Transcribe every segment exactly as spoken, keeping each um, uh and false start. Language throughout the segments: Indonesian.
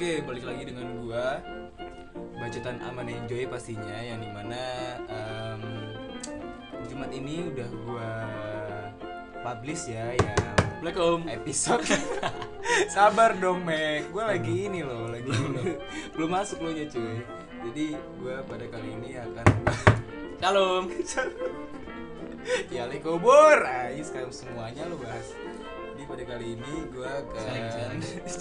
Oke, balik lagi dengan gua Bacotan Aman Enjoy pastinya, yang dimana um, Jumat ini udah gua publish ya, yang Assalamualaikum episode. Sabar dong Mek, gua lagi ini loh, lagi belum masuk lo ya cuy. Jadi gua pada kali ini akan Shalom. ya li kubur, ayo sekarang semuanya lo bahas. Jadi pada kali ini gua akan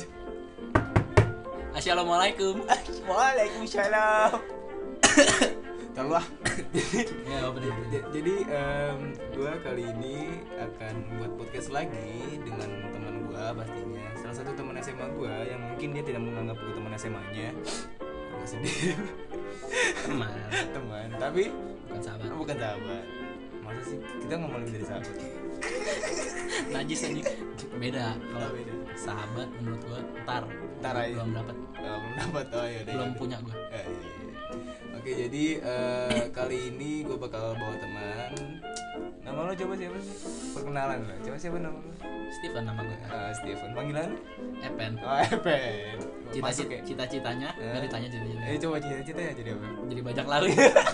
Assalamualaikum. Waalaikumsalam. Tahu lah. Ya, apa nih? Jadi um, gue kali ini akan buat podcast lagi dengan teman gue pastinya. Salah satu teman S M A gue yang mungkin dia tidak menganggap gue teman S M A-nya. Agak sedih. Teman. Teman, tapi Bukan sahabat. bukan sahabat. Masa sih kita ngomongin dari sahabat? Najis aja. Beda. Kalau Oh, beda. sahabat menurut gua ntar Ntar aja. belum dapat. Oh, belum dapat. Oh ya Belum punya gua. Ya, ya, ya. Oke, jadi uh, kali ini gue bakal bawa teman. Nama lo coba siapa sih? Perkenalan lo. Coba siapa nama lo? Steven nama gua. Uh, Steven. Panggilan? Epen. Oh, Epen. Masuk ya? Cita-cita cita-citanya, Eh. enggak ditanya cita-citanya. Eh, coba cita-citanya jadi apa? Jadi bajak lari.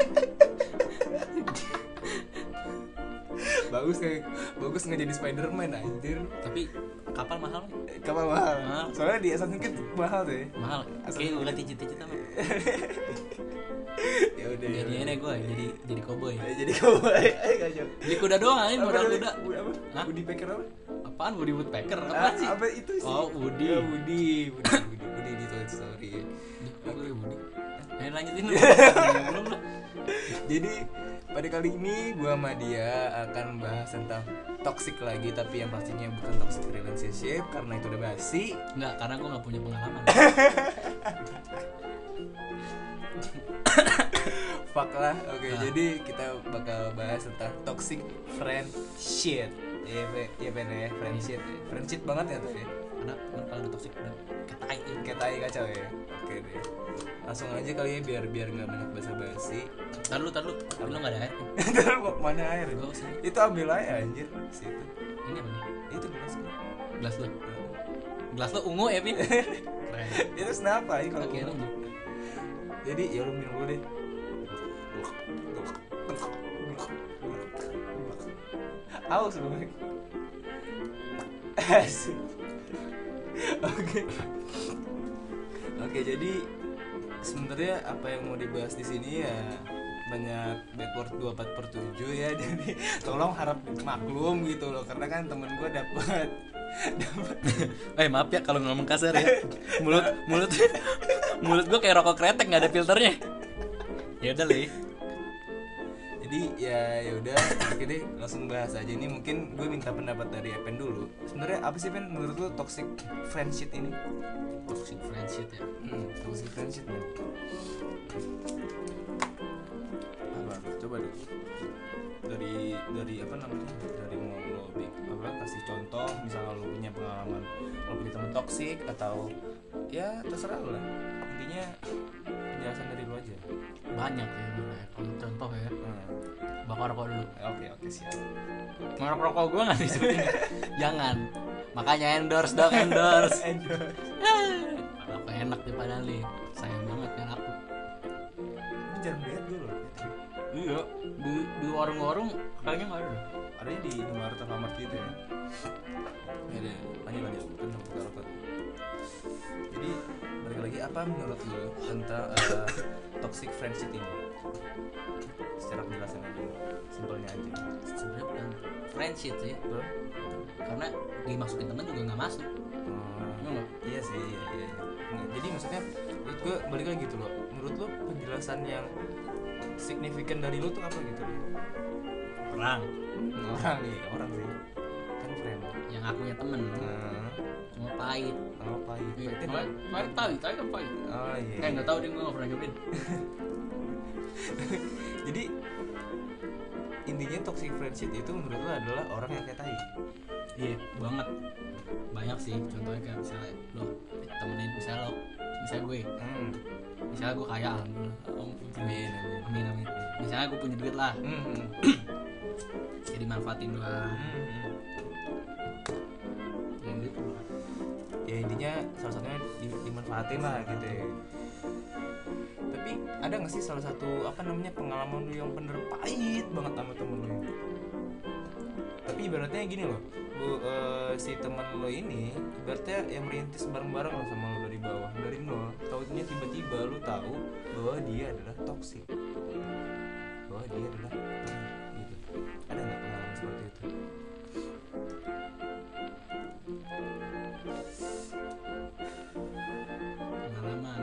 Bagus kayak bagus nggak jadi Spiderman anjir. Tapi kapal mahal nih. Eh, Kapal mahal. Mahal. Soalnya di Assassin's Creed mahal tuh ya. Mahal. Asal- Oke, udah cita-cita mah. Ya udah. Jadi ya ini udah. gue jadi jadi cowboy. Eh, jadi cowboy. Eh, kacau. Beli kuda doang aja, Apa modal namanya? kuda. Woody apa? Hah? Woody Pecker apa? Apaan Woody Woodpecker? Ah, Apaan sih? Apa itu sih? Oh, Woody. Oh, Woody. Woody, Woody, Woody di Toy Story. Kok gue Woody? Ayo lanjutin dulu. Belum lah. Jadi pada kali ini gua sama dia akan bahas tentang toxic lagi, tapi yang pastinya bukan toxic relationship karena itu udah basi. Enggak, karena gue gak punya pengalaman. Fuck lah. Oke, Ah. jadi kita bakal bahas tentang toxic friendship. Iya, Pe- iya Ben ya, friendship. ya. Friendship banget ya tuh ya. Karena kan kalau udah toxic udah ketai. Kayak tai kacau ya. Oke deh. Langsung aja kali ya biar biar enggak banyak basa-basi. Tar lu, tar lu. Tapi lu gak ada air. Ntar mau mana air? Gak usah. Itu ambil aja anjir situ. Ini apa nih? Itu gelas gua. Gelas lu. Gelas lu ungu ya, Pin? Keren. Itu kenapa ini kalau Oke, gua- lanjut. Jadi ya lu minum dulu deh. Aus lu. Asik. Oke. Oke, jadi sebenarnya apa yang mau dibahas di sini ya banyak backward dua puluh empat per tujuh ya. Jadi tolong harap maklum gitu loh, karena kan temen gue dapat dapat Eh, maaf ya kalau ngomong kasar ya. Mulut mulut mulut gue kayak rokok kretek nggak ada filternya. Ya udah, Li. Jadi ya ya udah, oke deh, langsung bahas aja. Ini mungkin gue minta pendapat dari Epen dulu. Sebenarnya apa sih Pen menurut lo toxic friendship ini? Toxic friendship ya. Hmm, toxic friendship men. Apa? Coba dulu. Dari dari apa namanya? Dari mau lo bi- apa kasih contoh, misalnya lo punya pengalaman lo punya teman toxic atau ya terserah lo lah. Intinya penjelasan dari lo aja. Banyak ya sebenarnya. Kalau contoh ya, Hmm. bakar rokok dulu. Oke oke siap. Merek rokok gue nggak disebutin. Jangan. Makanya endorse dong, endorse. Endorse. Rokok enak deh padahal nih. Sayang banget kan aku. Lu jarang lihat dulu loh. Iya. Di di warung-warung kayaknya nggak ada. Adanya di Indomaret atau Alfamart gitu ya. Ya deh, lanjut lanjut. Kan udah buka rokok. Jadi balik lagi, apa menurut lo tentang uh, toxic friendship ini? Secara penjelasan aja, simpelnya aja. Sebenarnya bukan friendship sih, Bro. karena dimasukin teman juga nggak masuk. Oh, Iya nggak? iya sih, iya iya. iya. Nggak, jadi maksudnya menurut gue balik lagi gitu loh. Menurut lo penjelasan yang signifikan dari lo tuh apa gitu loh? Orang Orang nih, orang sih. Kan friend. yang akunya temen Nah, cuma pahit. oh pahit. Iya, Pahitnya pahit, pahit tahu, tahu kan pahit. Oh iya. Eh nggak tahu deh, gue nggak pernah nyobain. Jadi intinya toxic friendship itu menurut lo adalah orang yang kayak tai. Iya banget. Banyak sih. Contohnya kayak misalnya lo temenin, misalnya lo, misalnya gue, Hmm. misalnya gue kaya alhamdulillah. Om, Amin, amin. amin amin. Misalnya gue punya duit lah, Hmm. hmm. jadi manfaatin doang. Hmm. Yang gitu. ya intinya salah satunya di, dimanfaatin lah gitu ya. Tapi ada nggak sih salah satu apa namanya pengalaman lu yang bener pahit banget sama temen lu ini? Tapi ibaratnya gini loh, bu, uh, si teman lo ini ibaratnya yang merintis bareng-bareng lo sama lo dari bawah, dari nol. Tahunya tiba-tiba lo tahu bahwa dia adalah toksik, bahwa dia adalah gitu. Ada nggak pengalaman seperti itu? Pengalaman.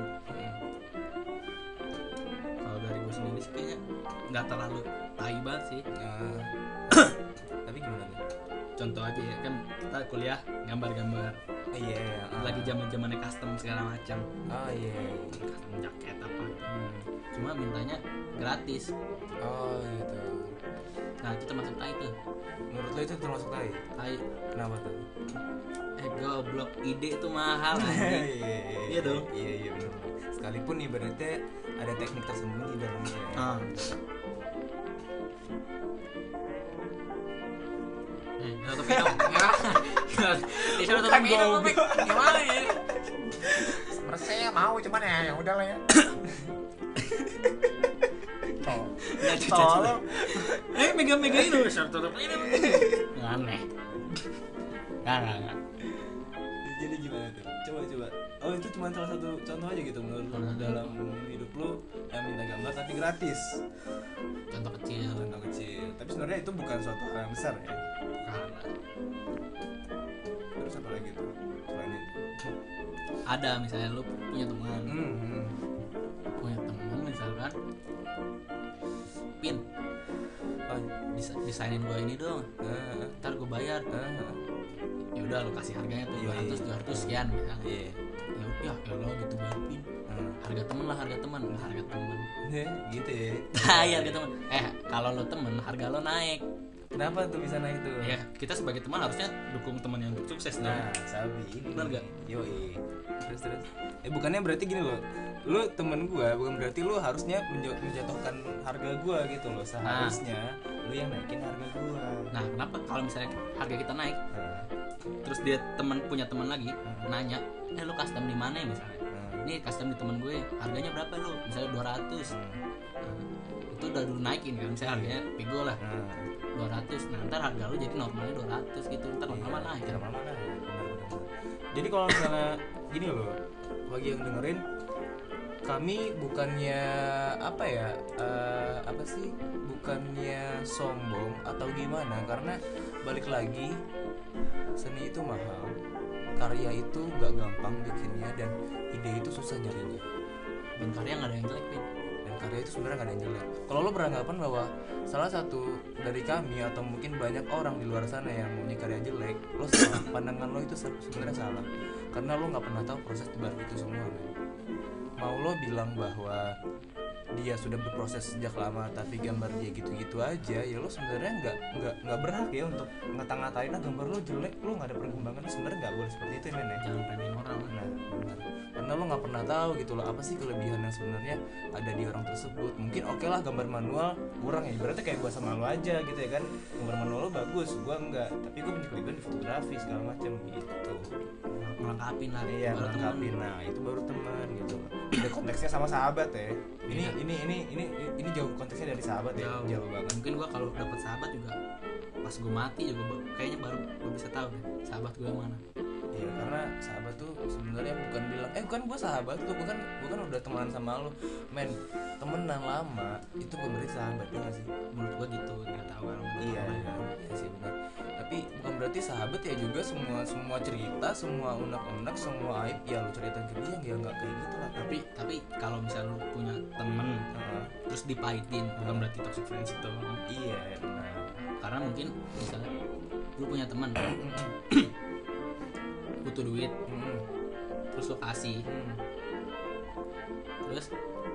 Kalau dari gue sendiri sih kayaknya nggak terlalu tai banget sih. Nah, tapi gimana nih? Contoh aja ya kan kita kuliah gambar-gambar. Oh, iya, yeah, uh. Lagi zaman-zamannya custom segala macam. Oh iya. Yeah. Custom jaket apa. Hmm. Cuma mintanya gratis. Oh gitu. Nah itu termasuk tai tuh. Menurut lo itu termasuk tai? Tai. Kenapa tuh? Eh goblok, ide itu mahal anjing. Iya dong. Iya iya benar. Sekalipun ibaratnya ada teknik tersembunyi dalamnya. Ah. Eh, tutup minum. Disuruh tutup minum, Pik. Gimana ya? Sebenarnya mau cuman ya ya udah lah ya. Tolong. Eh megang-megang itu disuruh tutup minum. Aneh. Enggak, enggak, enggak. Jadi gimana tuh? Coba coba. Oh itu cuma salah satu contoh aja gitu menurut lo dalam hidup lo yang minta gambar tapi gratis. Contoh kecil. Contoh kecil. Tapi sebenarnya itu bukan suatu hal yang besar ya. Bukan. Terus apa lagi tuh? Selain itu. Ada misalnya lu punya teman. Hmm, hmm. Punya teman misalkan. Pin. Oh, bisa desainin gua ini dong. uh, Ntar gua bayar. uh, Ya udah lu kasih harganya tuh dua ratus dua ratus sekian misalnya. Iya. Ya ya lo gitu banget Pin. Hmm. Harga temen lah harga temen, nggak harga temen. Ya, gitu ya. Hai harga temen. Eh kalau lo temen harga lo naik. Kenapa tuh bisa naik tuh? Ya kita sebagai teman harusnya dukung teman yang sukses dong. Nah, sabi ini. Benar gak? Yoi. Terus terus. Eh bukannya berarti gini loh. Lu temen gua, bukan berarti lu harusnya menj- menjatuhkan harga gua gitu loh. Seharusnya nah. Lu yang naikin harga gua. Nah, kenapa kalau misalnya harga kita naik, Nah. terus dia teman punya teman lagi Hmm. nanya, "Eh lu custom di mana ya?" misalnya. Hmm. Nih custom di teman gue, harganya berapa lu? Misalnya dua ratus. Hmm. Nah, itu udah dulu naikin kan, misalnya harganya pigo lah. Nah. dua ratus. Nah, ntar harga lu jadi normalnya dua ratus gitu. Ntar lama-lama naik. Iya, lama-lama naik. Benar-benar. Jadi kalau misalnya gini loh, bagi yang dengerin, kami bukannya apa ya, uh, apa sih, bukannya sombong atau gimana, karena balik lagi seni itu mahal, karya itu gak gampang bikinnya, dan ide itu susah nyarinya. Dan karya nggak ada yang jelek, Pin. Dan karya itu sebenarnya gak ada yang jelek. Kalau lo beranggapan bahwa salah satu dari kami atau mungkin banyak orang di luar sana yang punya karya jelek, lo salah. Pandangan lo itu sebenarnya salah, karena lo nggak pernah tahu proses di balik itu semua, men. Mau lo bilang bahwa dia sudah berproses sejak lama tapi gambar dia gitu-gitu aja, ya lo sebenarnya nggak nggak nggak berhak ya untuk ngata-ngatain ah gambar lo jelek, lo nggak ada perkembangan. Sebenarnya nggak boleh seperti itu, men, ya. Jangan remehin orang. Nah, benar. Karena lo nggak pernah tahu gitu loh apa sih kelebihan yang sebenarnya ada di orang tersebut. Mungkin oke okay lah gambar manual kurang ya, berarti kayak gua sama lo aja gitu ya kan, gambar manual lo bagus, gua enggak, tapi gua punya kelebihan di fotografi segala macam gitu. Melengkapi lah. Iya, melengkapi. Nah, itu baru teman gitu loh. Udah konteksnya sama sahabat ya. Ini Iya. ini ini ini ini jauh konteksnya dari sahabat ya. Jauh. Jauh banget. Mungkin gua kalau dapat sahabat juga pas gue mati juga ba- kayaknya baru gue bisa tahu deh sahabat gue yang mana. Iya, karena sahabat tuh sebenarnya bukan bilang eh bukan gua sahabat lu, bukan bukan udah temenan sama lu. Men, temenan lama itu bukan berarti sahabat ya gak sih? Menurut gue gitu, nggak tahu kan. Iya, iya, iya sih benar. Tapi bukan berarti sahabat ya juga semua semua cerita, semua unek-unek, semua aib ya lu ceritain ke dia, ya nggak kayak gitu lah. Tapi tapi kalau misalnya lu punya temen Heeh. terus dipahitin bukan berarti toxic friends itu. Iya, benar. Karena mungkin misalnya lu punya teman butuh duit Mm-mm. terus lu kasih Mm. terus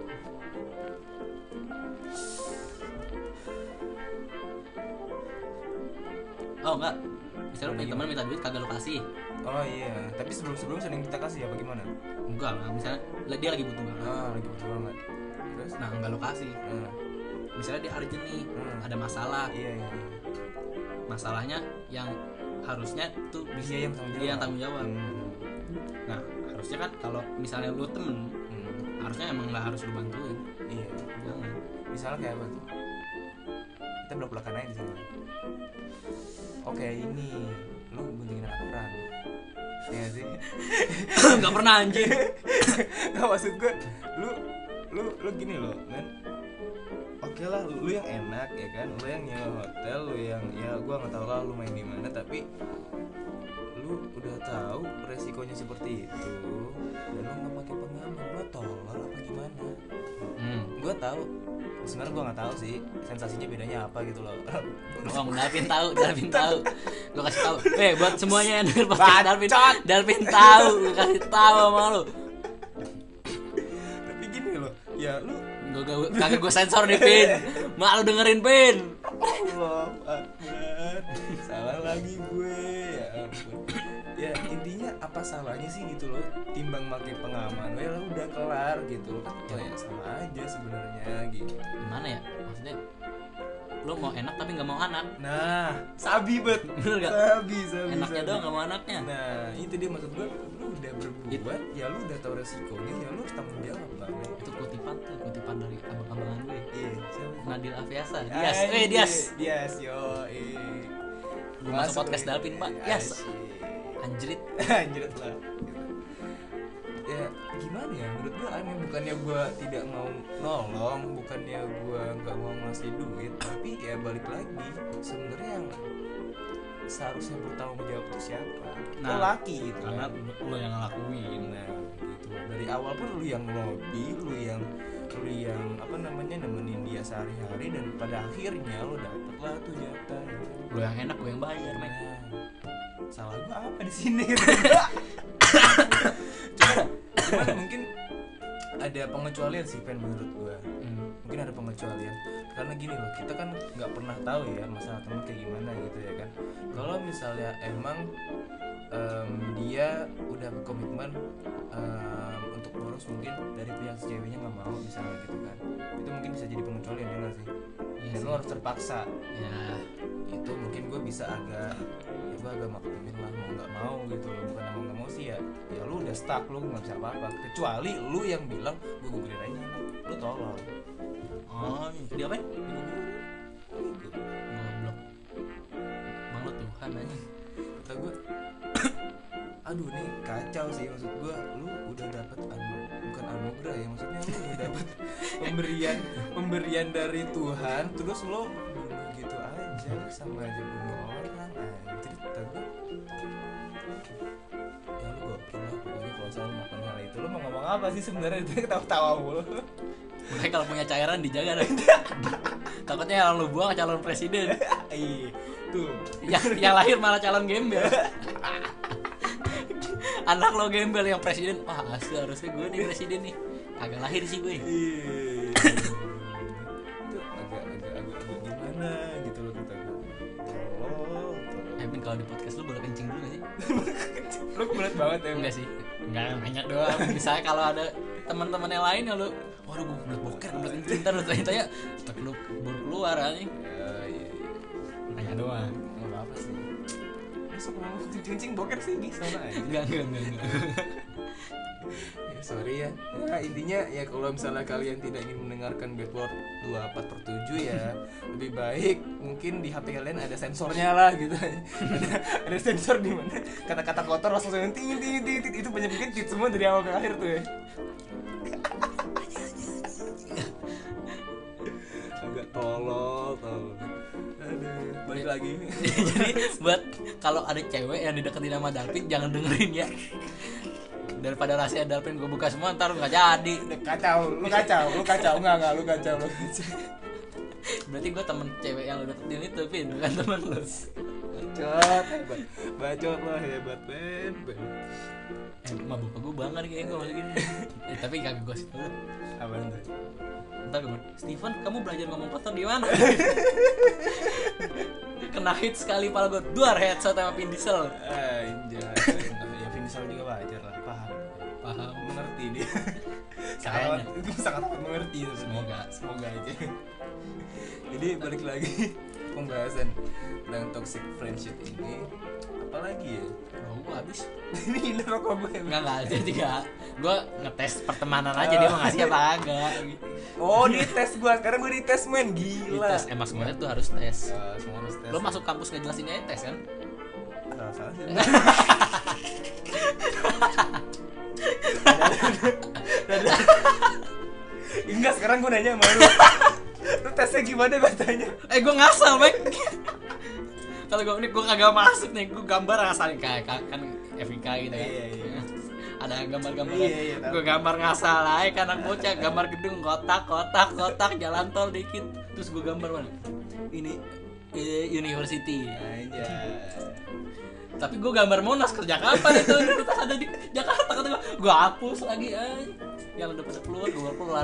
oh enggak misalnya lu punya teman minta duit kagak lu kasih. Oh iya, tapi sebelum-sebelum sering kita kasih apa gimana? Enggak lah, misalnya dia lagi butuh banget. Ah, lagi butuh banget. Terus? Nah enggak lu kasih. Nah, Misalnya dia urgent nih, Hmm. ada masalah. iya iya. iya. Masalahnya yang harusnya tuh bisa Dia yang tanggung dia yang tanggung jawab. Hmm. Nah harusnya kan kalau misalnya lu temen, hmm, harusnya emang nggak harus lu bantuin. Iya. Jangan. Misalnya kayak apa tuh? Kita belak-belakan aja di sini. Oke ini, lu guntingin anak orang. Iya sih. Nggak pernah anjing. Nggak maksud gue, lu lu lu gini loh, men. Oke lah, lu yang enak ya kan, lu yang nyewa hotel, lu yang ya gue nggak tahu lah lu main di mana, tapi lu udah tahu resikonya seperti itu dan lu nggak pakai pengaman, lu tolol apa gimana? Hmm. Gue tahu, sebenarnya gue nggak tahu sih sensasinya bedanya apa gitu loh. Oh, Dalvin tahu, Dalvin tahu. Gue kasih tahu. Eh, buat semuanya yang denger podcast Dalvin, Dalvin tahu, gue kasih tahu sama lu. Tapi gini loh, ya lu Gue kagak gue sensor nih Pin. Mak lu dengerin Pin. Allah Akbar. Salah lagi gue. Ya ampun. Ya intinya apa salahnya sih gitu loh, timbang pakai pengaman, well udah kelar gitu loh kan, kayak sama aja sebenarnya gitu. Gimana ya? Maksudnya lu mau enak tapi nggak mau anak. Nah, sabi bet. Bener gak? Sabi, sabi. Enaknya sabi. doang nggak mau anaknya. Nah, itu dia maksud gue, lu udah berbuat, ya lu udah tahu resikonya, ya lu harus tanggung jawab banget. Itu kutipan tuh, kutipan dari abang-abangan gue. Iya, siapa? Nadil Afiasa. Ah, Dias, eh Dias. Dias, yo, eh. Gue masuk podcast Dalvin, Pak. Yes. Anjrit. Anjrit lah. Ya gimana ya, menurut gue aneh, bukannya gue tidak mau nolong, bukannya gue nggak mau ngasih duit, tapi ya balik lagi sebenarnya yang seharusnya bertanggung jawab itu siapa? Nah, laki gitu karena kan? lo yang ngelakuin. Nah gitu, dari awal pun lu yang lobby, lu yang lu yang apa namanya nemenin dia sehari-hari, dan pada akhirnya lu dapet lah tuh jatah. Lo yang enak, gue yang bayar, men. Nah, salah gue apa di sini gitu. cuman, cuman mungkin ada pengecualian sih Pen menurut gue. Hmm, mungkin ada pengecualian karena gini loh, kita kan nggak pernah tahu ya masalah teman kayak gimana gitu ya kan. Kalau misalnya emang um, dia udah berkomitmen um, untuk lurus, mungkin dari pihak ceweknya nggak mau misalnya gitu kan, itu mungkin bisa jadi pengecualian ya nggak sih? Iya Dan sih. lo harus terpaksa. Ya. Itu mungkin gue bisa agak ya gue agak maklumin lah, mau nggak mau gitu loh. Bukan mau nggak mau sih, ya ya lu udah stuck, lu nggak bisa apa-apa kecuali lu yang bilang gue gugurin aja anak, lu tolong. Oh, dia apa? Gitu. Goblok. Emang lo Tuhan aja. Kata gue aduh nih kacau sih, maksud gue lu udah dapet anu, bukan anugerah ya, maksudnya lu udah dapet pemberian pemberian dari Tuhan, terus lo bunuh gitu aja, sama aja bunuh orang anjir. Kata gue ya lu gokil lah pokoknya kalau soal makan hal itu. Lu mau ngomong apa sih sebenarnya? Itu ketawa-tawa mulu. Makanya kalau punya cairan dijaga dong. Takutnya yang lu buang calon presiden. Iya tuh yang, yang lahir malah calon gembel. Anak lo gembel yang presiden. Wah asli harusnya gue nih presiden nih. Kagak lahir sih gue. Iya. Itu agak-agak agak gimana gitu loh kata gue. Tolong, tolong. Emin kalau di podcast lu boleh kencing dulu gak sih? Lu berat banget ya. Enggak sih. Enggak, nanya doang. Misalnya kalau ada teman-teman yang lain ya lu, waduh gue bener boker, bener kencing, ntar lu tanya-tanya stok lu baru keluar anjing. Ya, iya, iya. Nanya doang. Nggak apa-apa sih. Besok mau kencing boker sih di sana aja. Enggak, enggak, enggak, enggak. Ya, sorry ya. Ya intinya ya kalau misalnya kalian tidak ingin mendengarkan Bedword dua puluh empat per tujuh ya lebih baik mungkin di H P kalian ada sensornya lah gitu. ada, ada sensor di mana kata-kata kotor langsung ting ting ting ting, itu banyak bikin tit semua dari awal ke akhir tuh ya. Agak tolol, tolol. Aduh, balik lagi. Jadi buat kalau ada cewek yang dideketin sama Dalvin jangan dengerin ya. Daripada rahasia Dalvin gue buka semua ntar nggak jadi. Kacau, lu kacau, lu kacau, enggak enggak lu kacau, lu kacau. Berarti gue temen cewek yang lu deketin itu Vin, bukan temen lu. Bacot, hebat. Bacot lo hebat, Ben. Ben. Eh, mah bapak gue bangga nih kayaknya gue masuk gini. Eh, tapi kagak gosip dulu. Apaan tuh? Ntar gue bilang, Steven kamu belajar ngomong kotor di mana? Kena hit sekali pala gue, duar headshot sama Vin Diesel. Anjay. Ya Vin Diesel juga wajar lah, paham. Paham. Mengerti dia. Kayaknya. Sangat, itu sangat mengerti itu. Semoga. Semoga aja. Jadi balik lagi. pembahasan tentang toxic friendship ini. Apalagi ya? Oh, gua habis. Ini rokok gue. Enggak enggak aja tiga. Gua ngetes pertemanan aja dia mau ngasih apa kagak gitu. Oh, di tes gua. Sekarang gua di tes men, gila. Tes emang semuanya tuh harus tes. Uh, semua harus tes. Lo masuk kampus ngejelasin aja tes kan? Salah salah sih. Enggak, sekarang gua nanya sama lu. Lu tesnya gimana gua tanya? Eh gua ngasal, Mek. Kalau gue ini gue kagak masuk nih, gue gambar ngasalin kayak kan F I K gitu kan. Iya, iya. Ada gambar-gambar. Iya, iya, tahu. Gue gambar ngasal aja kan anak bocah, gambar gedung kotak, kotak, kotak, jalan tol dikit. Terus gue gambar mana? Ini eh, university. Aja. Tapi gue gambar Monas kerja kapan itu universitas ada di Jakarta kata gue. Gue hapus lagi aja. Yang udah pada keluar, gue keluar.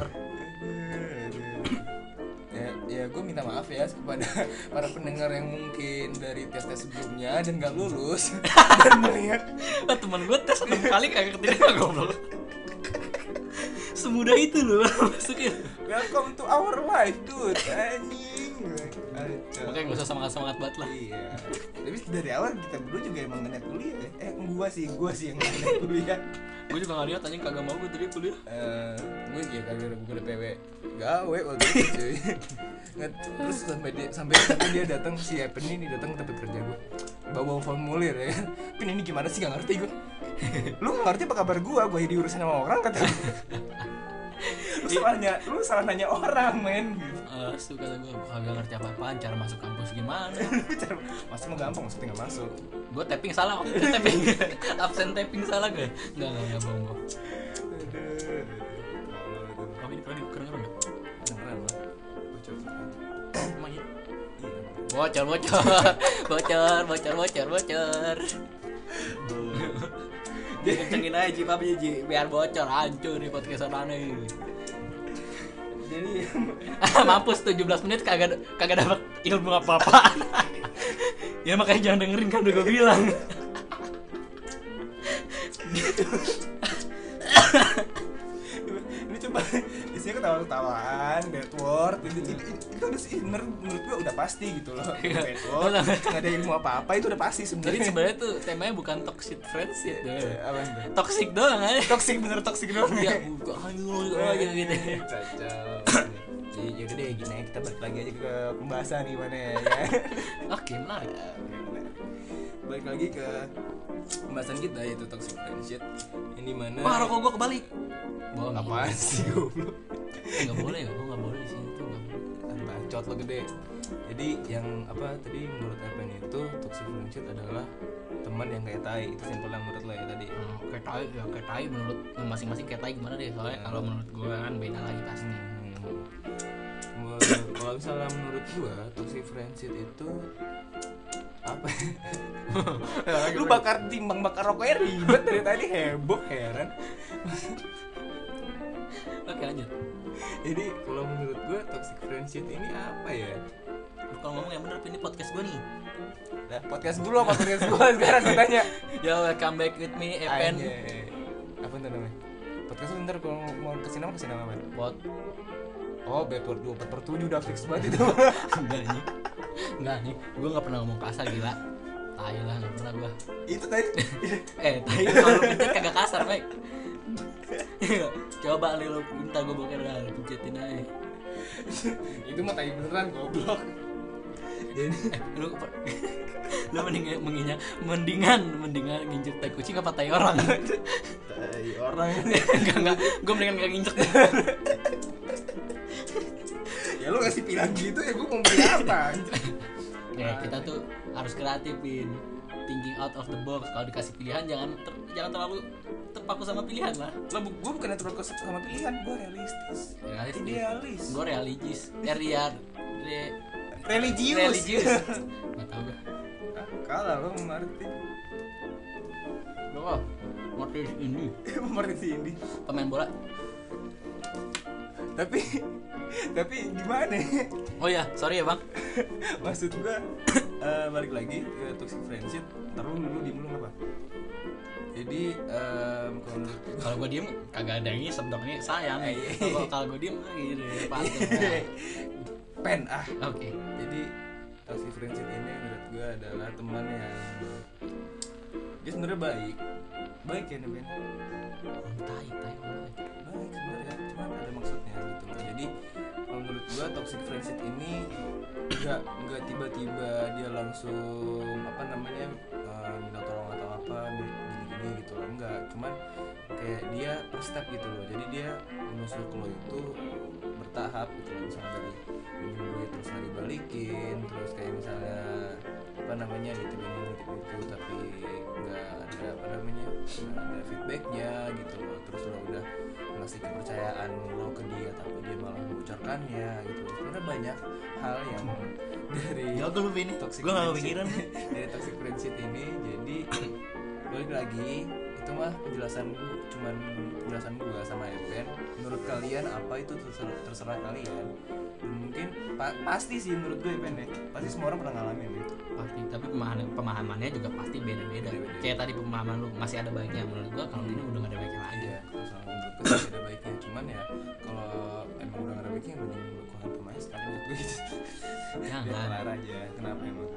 Ya, ya gue minta maaf ya kepada para pendengar yang mungkin dari tes-tes sebelumnya dan gak lulus dan melihat nah, teman gue tes satu kali kagak keterima goblok. Semudah itu loh masukin. welcome to our life dude anjing. Makanya gak usah semangat-semangat banget lah. Iya. Tapi dari awal kita berdua juga emang niat kuliah ya. Eh gua sih, gua sih yang niat kuliah. Gue juga gak lihat anjing kagak mau gue dari kuliah. Eh, gue ya kagak ada buku P W gawe waktu itu cuy. Nggak, terus sampai dia sampai sampai dia datang si Epen ini datang ke tempat kerja gue. Bawa formulir ya kan. Pin ini gimana sih gak ngerti gue. Lu gak ngerti apa kabar gue, gue diurusin sama orang kata. Lu salah nanya, lu salah nanya orang men gitu. Uh, suka gue kagak ngerti apa-apaan cara masuk kampus gimana. Cara masih mau gampang maksudnya nggak masuk. Gue tapping salah waktu itu tapping absen tapping salah gue. Enggak enggak enggak bohong gue. Kamu ini pernah kedengeran nggak? Beneran lah. Bocor. Emang iya? Bocor bocor bocor bocor bocor bocor. Jadi kencengin aja Ji Papi Ji biar bocor hancur nih podcast aneh. Jadi mampus tujuh belas menit kagak kagak dapat ilmu apa-apaan. Ya makanya jangan dengerin kan udah gue bilang. ini coba isinya ketawa-ketawaan, bad word, itu itu, itu, itu udah inner menurut gue udah pasti gitu loh. Bad word, nggak ada ilmu apa-apa itu udah pasti Jadi sebenarnya. sebenarnya tuh temanya bukan toxic friendship ya. Apa itu? Toxic doang aja. Toxic bener toxic doang. Ya buka ayo aja gitu. Kacau. Jadi yaudah deh gini kita balik lagi aja ke pembahasan gimana ya. Oke, menarik. Balik lagi ke pembahasan kita yaitu toxic friendship. Ini mana? Wah, rokok gua kebalik. Bohong. Apaan sih goblok? Enggak boleh ya, gua enggak boleh di sini tuh enggak boleh. Bacot lo gede. Jadi yang apa tadi menurut Evan itu toxic friendship adalah teman yang kayak tai. Itu simpelnya menurut lo ya tadi. Hmm, kayak tai ya, kayak tai menurut masing-masing kayak tai gimana deh. Soalnya kalau menurut gua kan beda lagi pasti. Hmm. Kalau misalnya menurut gua toxic friendship itu apa? Lu bakar timbang bakar rokoknya ribet dari tadi heboh heran. Oke, lanjut. Jadi kalau menurut gua toxic friendship ini apa ya? Lu kalau ngomong yang bener ini podcast gua nih. Nah, podcast dulu apa podcast gua sekarang gue tanya. Ya, welcome back with me Evan. Apa itu namanya? Podcast lu ntar kalau mau kasih nama kasih nama apa? What? Oh, Bedward dua puluh empat per tujuh udah fix banget itu. Enggak nih. Enggak nih. Gua enggak pernah ngomong kasar gila. Tai lah, enggak pernah gua. Itu tadi. Eh, tai kalau pencet kagak kasar, Mike. Coba nih lu minta gua boker dah, lu pencetin aja. Itu mah tai beneran goblok. Jadi Eh, lu lu mendingan menginjak mendingan mendingan nginjek tai kucing apa tai orang? tai orang Enggak enggak, gua mendingan enggak nginjek. Ya lu ngasih pilihan gitu ya gua mau pilih apa? Ya, kita tuh harus kreatifin, thinking out of the box. Kalau dikasih pilihan jangan ter, jangan terlalu terpaku sama pilihan lah. Lah gua bukan terlalu sama pilihan, gua realistis. Realistis. Idealis. Gue religius, eh, ria, re, Religius. religius. Gak tau gue. Kalah lu mengerti. Lo ngerti ini Mengerti ini. pemain bola. Tapi tapi gimana? Oh ya, sorry ya bang. Maksud gua uh, balik lagi ke toxic friendship. Taruh dulu di dulu apa? Jadi um, kalau menurut Kalau gue diem kagak ada yang ngisep dong, ini sayang. Eh, iya. Kalau kalau gue diem gitu, pantun. pen ah. Oke. Jadi toxic friendship ini menurut gue adalah teman yang dia sebenarnya baik baik ya nih Ben, tai tai baik. baik sebenarnya cuma ada maksudnya gitu loh. Jadi kalau menurut gue toxic friendship ini nggak nggak tiba-tiba dia langsung apa namanya uh, minta tolong atau apa gini-gini gitu loh, enggak, cuman kayak dia per step gitu loh. Jadi dia menusuk lo itu bertahap gitu loh, misalnya dari minjem duit terus nggak dibalikin, terus kayak misalnya apa namanya nitip ini nitip itu tapi nggak ada apa namanya nggak ada feedbacknya gitu loh, terus lo udah ngasih kepercayaan lo ke dia tapi dia malah membocorkannya gitu loh. Sebenarnya banyak hal yang dari Ya gue lupa ini, toxic gue gak friendship- kepikiran. dari toxic friendship ini. Jadi balik lagi itu mah penjelasan gua, cuman penjelasan gua sama Evan. Menurut kalian apa itu terserah, terserah kalian. Dan mungkin pa- pasti sih menurut gue Evan ya, pasti semua orang pernah ngalamin gitu. Pasti, tapi pemahaman pemahamannya juga pasti beda-beda. Beda-beda. Kayak tadi pemahaman lu masih ada baiknya, menurut gua kalau ini udah gak ada baiknya lagi. Iya, kalau sama menurut gue sih ada baiknya, cuman ya kalau emang udah gak ada baiknya mending lu kuantem aja sekali menurut gue gitu. Biar Jangan. kelar aja. Kenapa emang?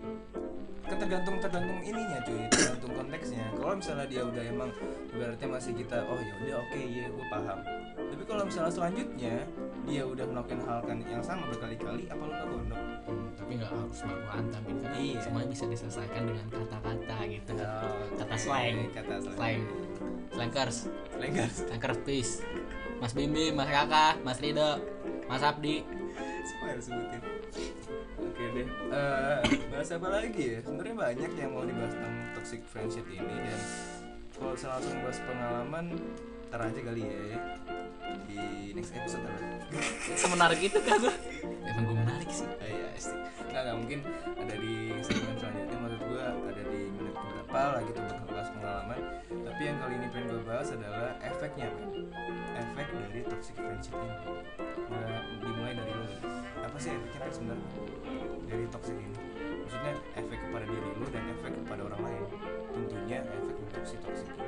Kan tergantung tergantung ininya cuy, tergantung konteksnya. Kalau misalnya dia udah emang ibaratnya masih kita oh ya udah oke iya gue paham. Tapi kalau misalnya selanjutnya dia udah melakukan hal kan yang sama berkali-kali, apa lu kagak gondok? Hmm, tapi nggak harus baku hantamin karena Iya. semuanya bisa diselesaikan dengan kata-kata gitu. Oh, Kata oke, slang. kata slang. Slang. Slankers. Slankers. Slankers please. Mas Bimbi, Mas Kakak, Mas Rido, Mas Abdi. Semua harus sebutin. Oke deh. Eh, bahas apa lagi ya? Sebenarnya banyak yang mau dibahas tentang toxic friendship ini, dan kalau saya langsung bahas pengalaman ntar aja kali ya di next episode apa? Semenarik itu kan gue. Emang gue menarik sih. Oh, iya, pasti. Nggak, nggak mungkin ada di segmen selanjutnya. Maksud gue ada di menit berapa lagi tuh bakal bahas pengalaman. Tapi yang kali ini pengen gue bahas adalah efeknya, kan? Efek dari toxic friendship ini. Nah, dimulai dari lo. Apa sih efeknya kan sebenarnya dari toxic ini? Maksudnya efek kepada diri lo dan efek kepada orang lain. Tentunya efek untuk si toxic ini.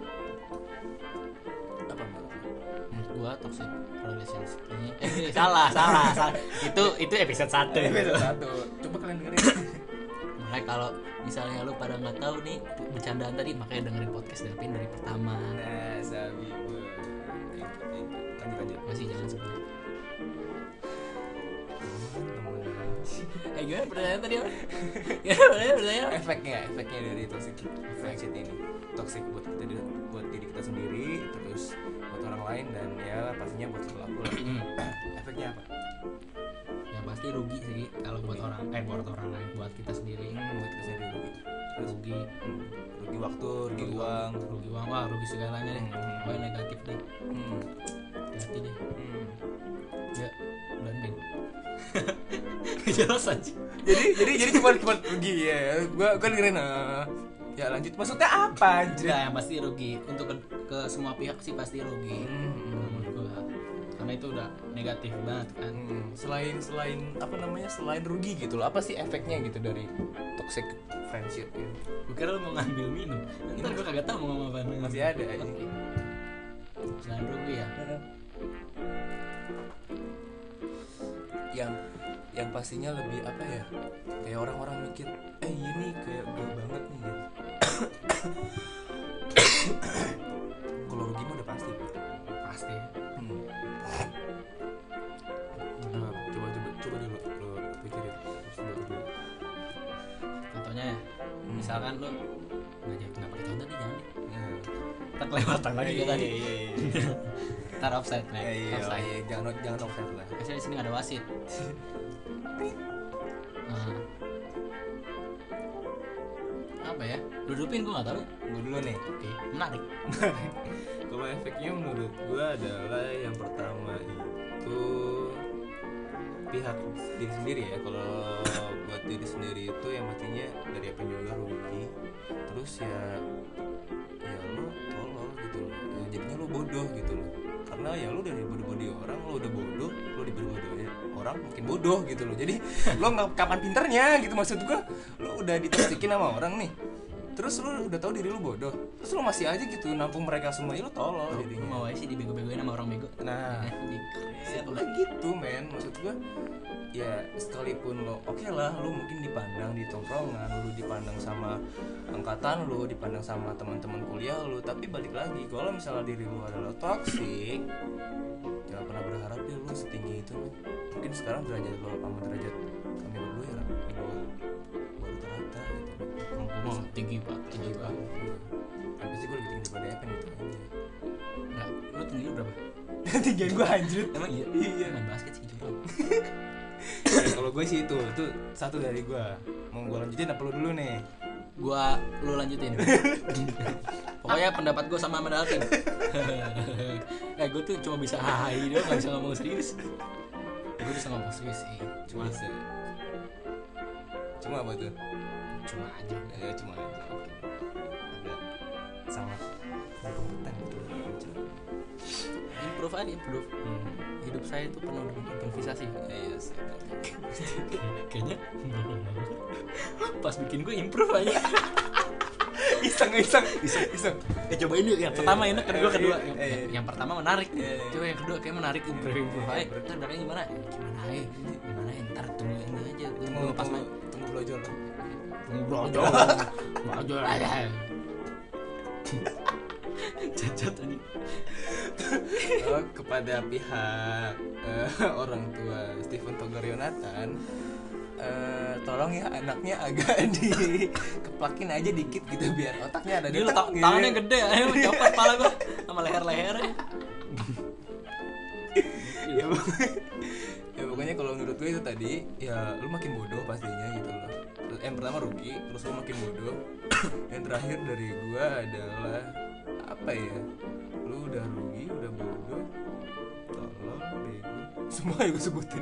Apa menurut lo? Menurut gua toxic relationship ini eh salah salah salah itu itu episode satu. Episode satu. Coba kalian dengerin. Makanya kalau misalnya lu pada nggak tahu nih bercandaan tadi, makanya dengerin podcast Davin dari pertama. Nah, Sabi boy. Lanjut lanjut. Masih jangan sebut. Teman-teman. Eh gimana pertanyaan tadi apa? Gimana pertanyaan pertanyaan? efeknya efeknya dari toxic friendship ini, toxic buat kita di- buat diri kita sendiri, terus buat orang lain, dan ya pastinya buat pelaku lah. Hmm. Efeknya apa? Ya pasti rugi sih kalau buat orang eh buat orang lain, buat kita sendiri Hmm, buat kita sendiri rugi. Terus rugi. hmm, rugi waktu, rugi uang. Rugi uang, wah rugi segalanya deh. Hmm. Pokoknya negatif deh. Hmm. Hati deh. Hmm. Ya, banding. Jelas aja. Jadi jadi jadi cuma cuma rugi ya. Gua gua dengerin. ah. Ya lanjut. Maksudnya apa anjir? Enggak, yang pasti rugi. Untuk ke, ke semua pihak sih pasti rugi. Hmm. Menurut gua. Karena itu udah negatif banget kan. Hmm, selain selain apa namanya selain rugi gitu loh, apa sih efeknya gitu dari toxic friendship gitu? Gue kira lu mau ngambil minum. Ntar gue kagak tahu mau ngomong apa. Masih ada aja. Selain rugi ya. yang yang pastinya lebih apa ya, kayak orang-orang mikir eh ini kayak gue banget nih gitu. Kalau rugi mah udah pasti Bro. Pasti. hmm. Nah, coba coba coba dulu lo pikirin terus baru dulu. Contohnya ya, Hmm. misalkan lu nggak jangan nggak pakai contoh nih, jangan deh. Nah. Ntar kelewatan lagi Iya, ya tadi. iya, iya, iya. Ntar offside nih. Iya, iya, Offside. iya, jangan jangan offset lah. Biasanya di sini nggak ada wasit. Nah. Apa ya? Dudupin gue nggak tahu. Gue dulu nih. Oke, menarik. Kalau efeknya menurut gue adalah yang pertama itu pihak diri sendiri ya. Kalau buat diri sendiri itu yang pastinya dari apa juga rugi. Terus ya ya lo tolol gitu loh. Ya, jadinya lo bodoh gitu loh. Karena ya lo dari bodoh-bodoh orang, lo udah bodoh, lo dibodoh-bodohin orang makin bodoh gitu loh. Jadi lo nggak kapan pinternya gitu, maksud gue. Lo udah ditoksikin sama orang nih. terus lu udah tahu diri lu bodoh, terus lu masih aja gitu nampung mereka semua, ya lu tolol Lu jadinya. mau aja sih dibego-begoin sama orang bego. Nah, udah gitu men, maksud gua ya sekalipun lo oke okay lah, lu mungkin dipandang di tongkrongan, lu dipandang sama angkatan lu, dipandang sama teman-teman kuliah lu, tapi balik lagi kalau misalnya diri lu adalah toksik, jangan pernah berharap deh lu setinggi itu. Mungkin sekarang derajat lo sama derajat kami berdua ya di bawah bawah rata-rata gitu. Kalau gue mau tinggi pak, tinggi pak. Tapi sih gue lebih tinggi daripada Evan gitu aja. Enggak, lu tinggi lu berapa? Tinggian gue anjir. Emang iya? Iya. Main basket sih gitu. Ya, kalau gue sih itu, itu satu dari gue. Mau gue lanjutin apa lu dulu nih? Gua lu lanjutin. Pokoknya pendapat gue sama sama Dalvin. Eh gue tuh cuma bisa hai doang, nggak bisa ngomong serius. Gue bisa ngomong serius sih, cuma Bisa. Cuma apa tuh? cuma aja. Ya cuma aja. Oke. Agak sangat berkompeten gitu. Improve aja, improve. Hmm. Hidup saya itu penuh dengan improvisasi. Iya sih. Kayaknya pas bikin gue improve aja. Iseng iseng iseng iseng. Eh cobain yuk yang pertama ini, kedua kedua. Eh, Yang, eh, yang, yang pertama menarik. eh, Coba yang kedua kayak menarik, improve improve aja. Ntar belakangnya gimana? Gimana aja? Gimana ya? Ntar tunggu ini aja. Tunggu Tunggu pas tunggu main. tunggu belajar. Tunggu belajar. Belajar aja. Cacat aja. Oh, kepada pihak uh, orang tua Stephen Togar Yonatan, uh, tolong ya anaknya agak dikeplakin aja dikit gitu biar otaknya ada. Dia detak ta- gitu. tangannya gede ya, copot kepala gua sama leher-lehernya. ya, pokoknya, ya pokoknya kalau menurut gue itu tadi ya lu makin bodoh pastinya gitu loh. Terus, yang pertama rugi, terus lu makin bodoh. Yang terakhir dari gue adalah apa ya? Lu udah rugi, udah bodoh, tolong bego. Semua yang gue sebutin.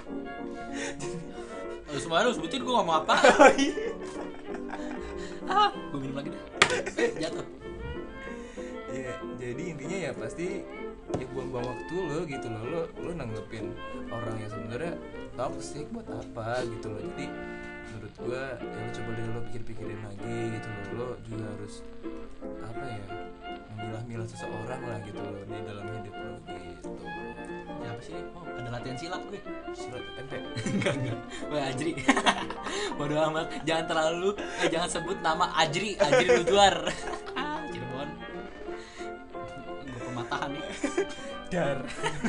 Oh, semua lu sebutin gue ngomong apa? Ah, gue minum lagi deh. Eh, jatuh. Ya, jadi intinya ya pasti ya buang-buang waktu lo gitu loh, lo lo nanggepin orang yang sebenarnya toxic buat apa gitu loh. Jadi menurut gua ya lo coba deh lo pikir-pikirin lagi gitu loh, lo juga harus apa ya, memilah-milah seseorang lah gitu loh di dalam hidup lo gitu. Ya apa sih? Oh, ada latihan silat gue. Surat M P. Enggak, enggak. Wah, Ajri. Bodoh amat. Jangan terlalu eh jangan sebut nama Ajri, Ajri Lujuar. Cirebon. Gue pematahan nih. Dar.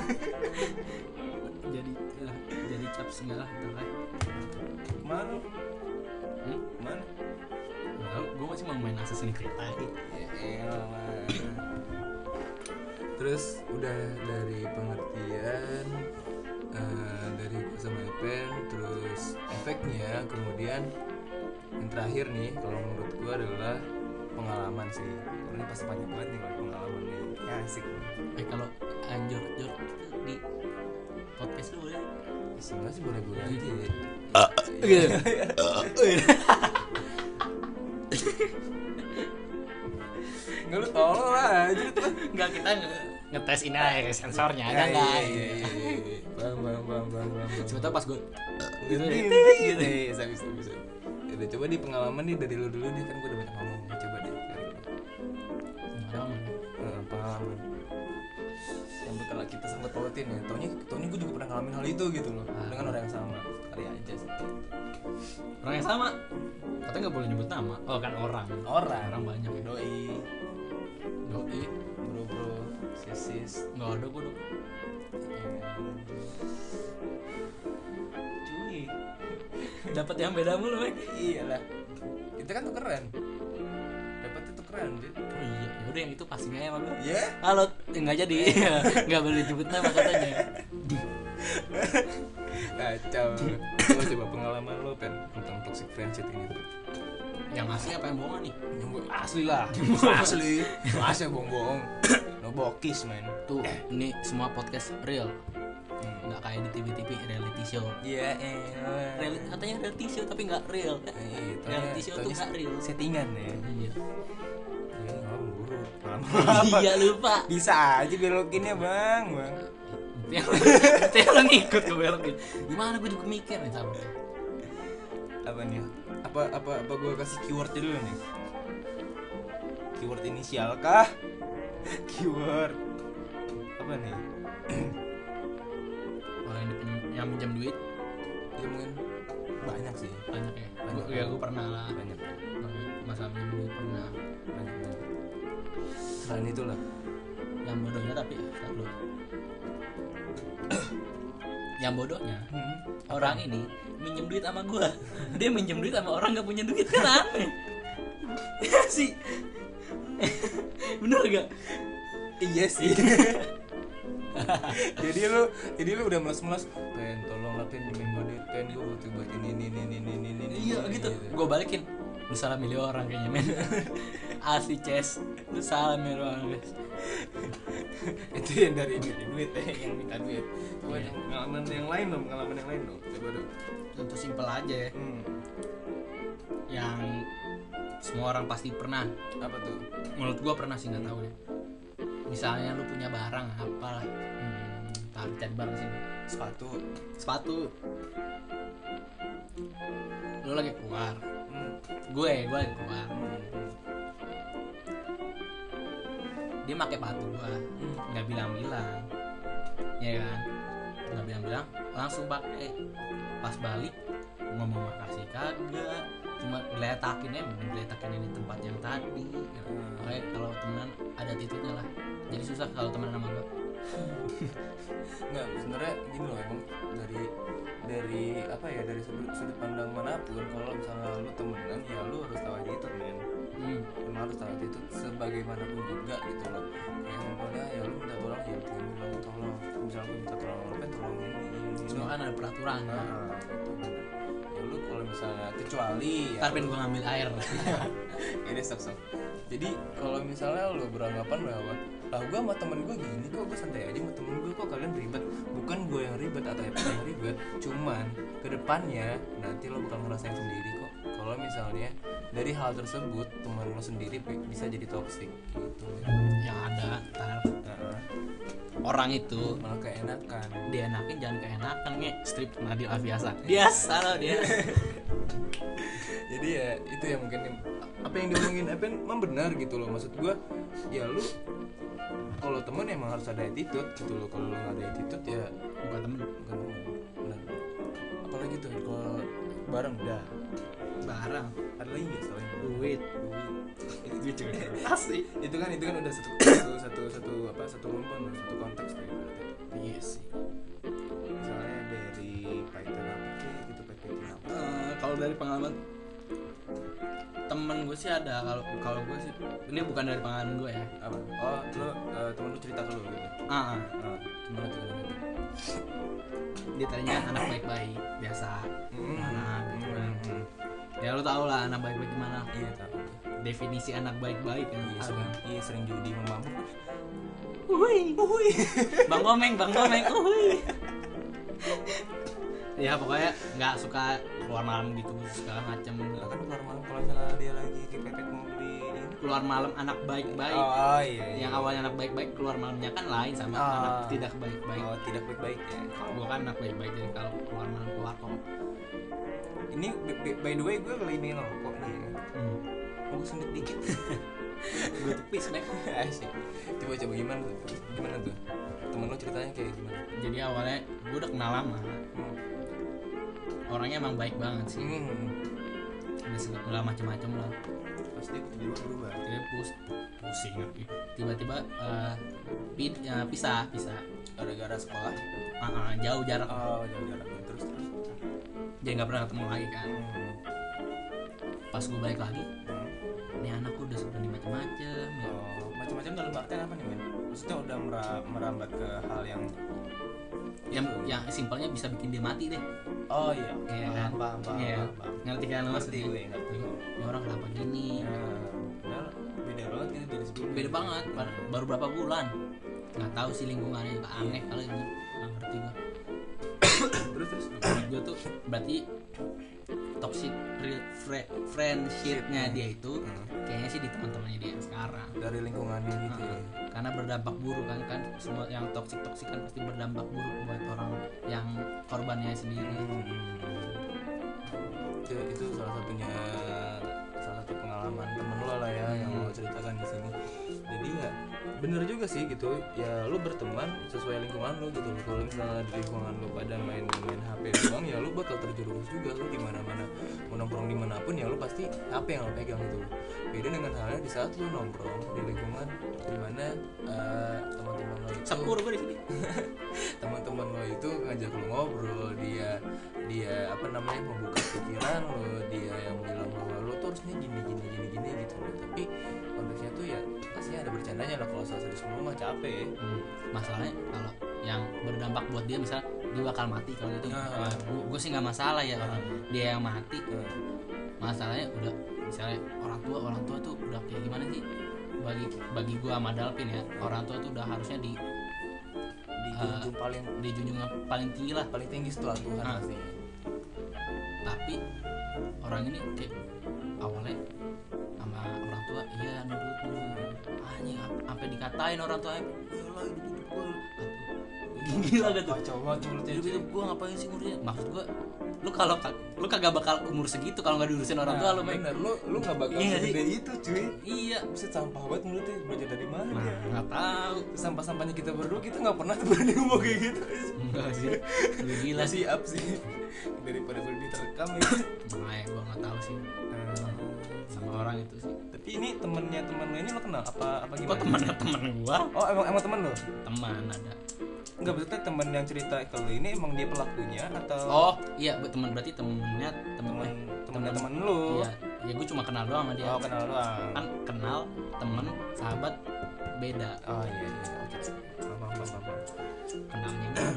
Jadi ya, jadi cap segala ntar lah. Mana? Hmm? Mana? Gue masih mau main Assassin's Creed lagi. Ya elah. Terus udah dari pengertian uh, dari gue sama Epen, terus efeknya, kemudian yang terakhir nih kalau menurut gue adalah pengalaman sih. Ini pasti banyak banget nih kalau pengalaman nih. Ya asik nih. Eh kalau anjur jor di podcast lu boleh? Sebenarnya sih boleh-boleh aja ya. Gitu. Enggak, lu tolol lah aja tuh. Enggak, kita nge- ngetes ini aja sensornya ada Ya, enggak? iya, iya, iya, iya. Bang bang bang bang bang. bang. Coba pas gue gitu Gitu, ya. gitu. Eh, bisa bisa bisa. Ya udah, coba di pengalaman nih dari lu dulu deh, kan gue udah banyak ngomong. Coba deh. Pengalaman. Eh, pengalaman yang bakal kita sempat pautin ya. Taunya, taunya gue juga pernah ngalamin hal itu gitu loh, Ah. dengan orang yang sama. Kali aja sih. Orang yang sama. Katanya nggak boleh nyebut nama. Oh kan orang. Orang, Orang banyak ya. doi, Doi. bro bro, sisis. Nggak ada gue dong. Cuy. Dapat yang beda mulu, Mek. Iyalah, kita kan tukeran. Dapetnya tukeran, Dit. Oh iya, ya udah yang itu pastinya ya sama gue. Ya. Halo, eh, nggak jadi. Nggak boleh nyebut nama katanya. Kacau. Coba coba pengalaman lo Pen tentang toxic friendship ini. Yang asli apa yang bohongan nih? Yang bu- asli lah. Asli. Asli bohong-bohong. No bokis man. Tuh, ini semua podcast real. Hmm. Nggak kayak di T V T V reality show. Iya, eh. Real, katanya reality show tapi nggak real. Eh, Reality show tuh nggak real. settingan ya. Iya. Iya, ngomong buru. Lama Iya lupa. Bisa aja belokinnya, Bang, Bang. Yang yang lo ngikut gue belokin. Gimana gue juga mikir nih sama. Apa nih? Apa apa apa gue kasih keyword dulu nih? Keyword inisial kah? Keyword apa nih? Orang yang dipin- yang minjam duit Ya mungkin banyak sih. banyak ya. Banyak. Gua, ya gue pernah lah. Banyak. Masalah minjam duit pernah. Banyak. banyak. Selain itu lah. Yang bodohnya tapi tak dulu. Yang bodohnya Hmm. orang ini minjem duit sama gua. Dia minjem duit sama orang gak punya duit, kan aneh. Iya sih. Bener gak? Iya sih. jadi lu jadi lu udah melas-melas, pengen tolong lah pengen minjem gue duit, pengen gue butuh buat ini ini ini ini ini ini. Iya gitu. Gua balikin. Lu salah milih orang kayaknya, men. Asli Ces. Lu salah milih orang, guys. Itu yang dari duit, duit eh, yang minta duit. Coba Iya. dong, pengalaman yang lain dong, pengalaman yang lain dong. Coba dong. Contoh simpel aja ya. Hmm. Yang semua orang pasti pernah. Apa tuh? Menurut gua pernah sih, nggak tahu deh. Misalnya lu punya barang apalah, hmm, taruh cari barang sini, Sepatu. sepatu, lu lagi keluar, Hmm. gue gue lagi keluar, Hmm. dia pakai sepatu gua, Hmm. nggak bilang-bilang, ya kan, nggak bilang-bilang, langsung pakai, pas balik ngomong makasih kagak, cuma geletakin aja, mending geletakin di tempat yang tadi, gitu. Makanya kalau temenan ada attitude-nya lah. Jadi susah kalau temenan sama gua. Nggak, sebenarnya gini loh, emang dari dari apa ya, dari sudut, sudut pandang manapun, kalau misalnya lu temenan ya lu harus tahu attitude, men. Hmm. Emang harus tahu attitude sebagaimanapun juga gitu loh. Kayak simpelnya ya lu minta tolong ya jangan bilang tolong. Misalnya lu minta tolong lu kan tolong ini ini ini. Semua kan ada peraturan. Nah, gitu bener. Ya lu kalau misalnya kecuali ya Ntar pengen gue ngambil air. ini sok-sok. Jadi kalau misalnya lu beranggapan bahwa lah gue sama temen gue gini kok, gue santai aja sama temen gue, kok kalian ribet, bukan gue yang ribet atau apa yang ribet, cuman kedepannya nanti lo bakal ngerasain sendiri kok kalau misalnya dari hal tersebut teman lo sendiri bisa jadi toxic gitu. Yang ada ntar Nah, orang itu malah keenakan. dia enakin jangan keenakan nih, strip Nadil Afiasa biasa loh dia. Jadi ya itu yang mungkin apa yang diomongin Evan emang benar gitu loh, maksud gue ya lu kalau temen emang harus ada attitude gitu loh, kalau lu nggak ada attitude ya Bukan temen, bukan temen. Benar. Apalagi tuh kalau bareng udah barang, ada lagi nggak selain duit, duit itu, asli. itu kan itu kan udah satu satu satu, satu apa satu rumpun satu konteks tuh ibaratnya. Iya sih. Misalnya dari Python apa sih gitu, Python apa Eh, kalau dari pengalaman temen gue sih ada, kalau kalau gue sih ini bukan dari pengalaman gue ya. apa oh lu uh, temen lu cerita ke lu gitu. Ah, ah. Ah, gimana tuh gimana tuh? Dia tadinya anak baik-baik biasa, Hmm, anak gitu hmm, kan. hmm. Ya lu tau lah anak baik-baik gimana. Iya tahu. Definisi anak baik-baik kan. Iya Tahu sering, kan? iya sering judi memabuk. Uhui, uhui. Bang Komeng, Bang Komeng, uhui. Ya pokoknya nggak suka keluar malam gitu segala macam. Lah kan keluar malam kalau misalnya dia lagi kepepet mau beli ini. Keluar malam anak baik-baik. Oh iya. iya. Yang awalnya anak baik-baik keluar malamnya kan lain sama Ah. anak tidak baik-baik. Oh tidak baik-baik ya. Kalau gua kan anak baik-baik, jadi kalau keluar malam keluar kok. Ini by- by- by the way gue kali ini ngerokok nih. Hmm. Gue sundit dikit. Gue tepis mek. Asyik. Coba coba gimana tuh? Gimana tuh? Temen lo ceritanya kayak gimana? Jadi awalnya gue udah kenal lama. Hmm. Orangnya emang baik banget sih. Hmm. Udah segala macam-macam lah. Pasti tiba-tiba berubah. Tiba pus pusing lagi. Tiba-tiba eh, pi- ya, pisah, pisah. Gara-gara sekolah. Ah, ah, jauh jarak. Oh jauh jarak terus terus. Jadi nggak pernah ketemu lagi kan. Hmm. Pas gue balik lagi, Hmm. nih anakku udah sebenarnya macam-macam. Ya. Oh, macam-macam dalam artian apa nih, men? Maksudnya udah mera- merambat ke hal yang Yang yang simpelnya bisa bikin dia mati deh. oh iya, Iya paham, kan? paham, paham, Iya. paham, paham. Ngerti kan lo Ngerti maksudnya? gue, ngerti. Ini orang kenapa gini? Nah, benar, beda banget gitu dari sebelumnya. Beda banget. Bar- Baru berapa bulan? Nggak tahu sih lingkungannya juga aneh kali ini. Nggak ngerti gue. Terus terus. Menurut gue tuh berarti toxic real fre- friendship-nya dia itu Hmm. kayaknya sih di teman-temannya dia yang sekarang. Dari lingkungannya gitu ya. Nah, karena berdampak buruk kan kan semua yang toksik toksik kan pasti berdampak buruk buat orang yang korbannya sendiri. Hmm. itu, itu salah satunya, salah satu pengalaman temen lo lah ya yang lo ceritakan di sini. Jadi ya bener juga sih gitu ya, lu berteman sesuai lingkungan lu gitu. Kalau misalnya di lingkungan lu pada main main H P doang ya lu bakal terjerumus juga. Lu di mana mana mau nongkrong dimanapun ya lu pasti H P yang lu pegang gitu. Beda dengan halnya di saat lu nongkrong di lingkungan dimana uh, teman-teman lo itu Sepur gue di sini. teman-teman lo itu ngajak lu ngobrol, dia dia apa namanya membuka pikiran lo, dia yang bilang bahwa lo tuh harusnya gini gini gini gini gitu loh. Tapi konteksnya tuh ya pastinya ada bercandanya lah. Kalau soal serius semua mah capek. Hmm. Masalahnya kalau yang berdampak buat dia misal dia bakal mati kalau gitu. Nah. Nah, gue sih nggak masalah ya orang dia yang mati. Nah. Masalahnya udah misalnya orang tua orang tua tuh udah kayak gimana sih? Bagi bagi gue sama Dalpin ya, orang tua tuh udah harusnya di Dijunjung uh, paling dijunjung paling tinggi lah. paling tinggi setelah Tuhan Nah. pasti. Tapi orang ini kayak awalnya sama orang tua iya nurut nurut anjing sampai dikatain orang tua iyalah hidup hidup gue gila gitu. Kacau banget mulutnya. Hidup hidup gue ngapain sih ngurusin, maksud gue lu kalau lu kagak bakal umur segitu kalau nggak diurusin orang tua lu Mek. bener, lu lu nggak bakal Iya segede itu cuy. Iya Buset, sampah banget mulutnya. Belajar dari mana nah, ya? nggak tahu Sampah-sampahnya kita berdua kita nggak pernah tuh berani ngomong kayak gitu. enggak sih lu gila sih Masih up sih daripada gue diterekam ya. makanya gue nggak tahu sih Nah, sama orang itu sih. tapi ini temennya temen lo ini lo kenal apa apa Kok gimana? temennya temen gua? Oh emang emang temen lo? Teman ada. Enggak, maksudnya temen yang cerita ke lo ini emang dia pelakunya atau Oh iya teman, berarti temennya temen temen eh, temennya temen lo? Iya, ya gue cuma kenal doang sama dia. Oh kenal doang. Kan kenal, temen, sahabat beda. Oh iya iya oke. Paham paham paham, paham. Kenalnya gue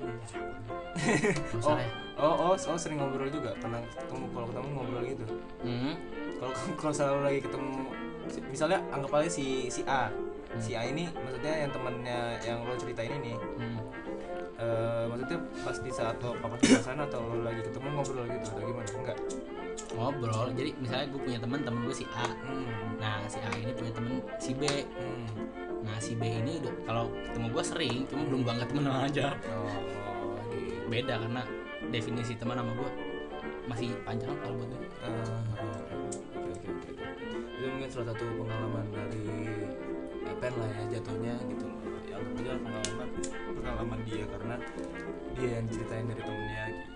Oh, masalah ya. oh, oh, oh, sering ngobrol juga. Karena ketemu kalau ketemu ngobrol gitu. Hmm. Kalau kalau selalu lagi ketemu, misalnya anggap aja si si A, Hmm. si A ini maksudnya yang temennya yang lo ceritain ini, Hmm. eh, maksudnya pas di saat lo pakai di sana atau lo lagi ketemu ngobrol gitu atau gimana? Enggak. Ngobrol. Jadi misalnya gue punya teman, temen gue si A. Hmm. Nah si A ini punya temen si B. Hmm. Nah si B ini udah kalau ketemu gue sering, cuma belum banget temen aja. Oh, gitu. Beda karena definisi teman sama gue masih panjang kalau buat gue. Ah, oke oke oke. Itu mungkin salah satu pengalaman dari Pen lah ya jatuhnya gitu loh. Yang kedua pengalaman pengalaman dia karena dia yang ceritain dari temennya. Gitu.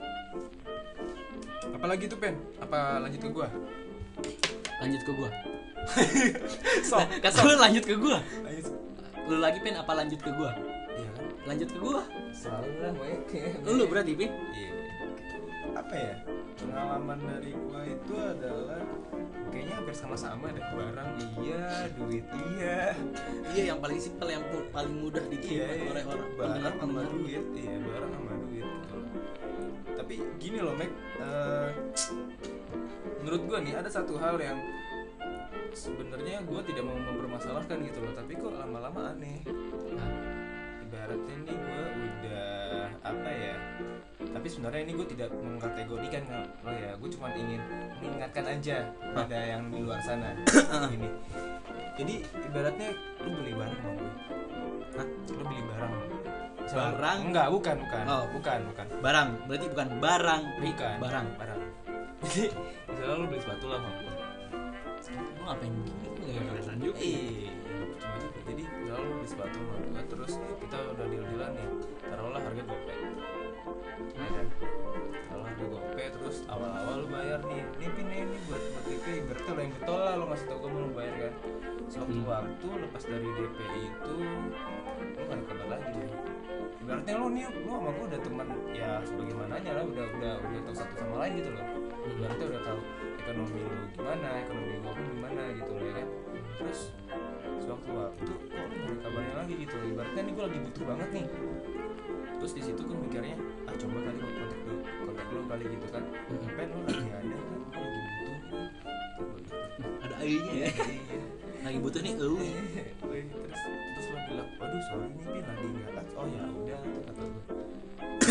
Apalagi tuh Pen? Apa lanjut ke gua? Lanjut ke gue. Sok. Kata lu lanjut ke gue. Lanjut. Lu lagi Pin apa lanjut ke gue? Iya kan? Lanjut ke gue. Selalu lah gue. Lu berarti Pin? Iya. Apa ya? Pengalaman dari gua itu adalah kayaknya hampir sama-sama deh. Barang iya, duit iya. Iya yang paling simpel yang pu- paling mudah diterima Iya, oleh orang barang sama pendengar. duit. Iya, barang sama duit gitu loh. Tapi gini loh, Mek. Eh, menurut gua nih ada satu hal yang sebenarnya gua tidak mau mempermasalahkan gitu loh, tapi kok lama-lama aneh. Nah, Ibaratnya nih gue udah apa ya, tapi sebenarnya ini gue tidak mengkategorikan lo ya, gue cuma ingin mengingatkan aja pada yang di luar sana gini. Jadi ibaratnya lu beli barang sama gue. Hah? Lu beli barang sama gue. Barang? Enggak, bukan bukan Oh. bukan bukan barang berarti bukan barang, Pi. bukan Barang. barang. Jadi misalnya lu beli sepatu lah sama gue. Lu ngapain gitu? Enggak kelihatan juga. Eh, cuma juga. Jadi misalnya lu beli sepatu sama gue, terus kita udah deal-dealan nih, taruhlah harga gope. Ya kan? Taruhlah harga gope, terus awal-awal lu bayar nih, nih pin nih nih buat buat D P, berarti lo yang getol lah, lo ngasih tau gue mau lu bayar kan. Sewaktu Hmm. waktu lepas dari D P itu, lu gak ada kabar lagi deh. Berarti lo nih, lu sama gue udah teman ya sebagaimananya lah, udah udah udah tahu satu sama lain gitu loh. Berarti udah tahu ekonomi lu gimana, ekonomi gue pun gimana gitu loh ya kan. Terus sewaktu waktu kok lu gak ada kabarnya lagi gitu loh. Ibaratnya nih gue lagi butuh banget nih. Terus di situ gue mikirnya, ah coba kali gue kontak lu, kontak lu kali gitu kan. Pen lu lagi ada kan, gue lagi butuh. Coba gitu. Ada ai-nya ya. Iya. Lagi butuh nih eu. Wih, terus terus lo bilang, waduh sorry nih pin lagi nggak ada. Oh ya udah kata gue.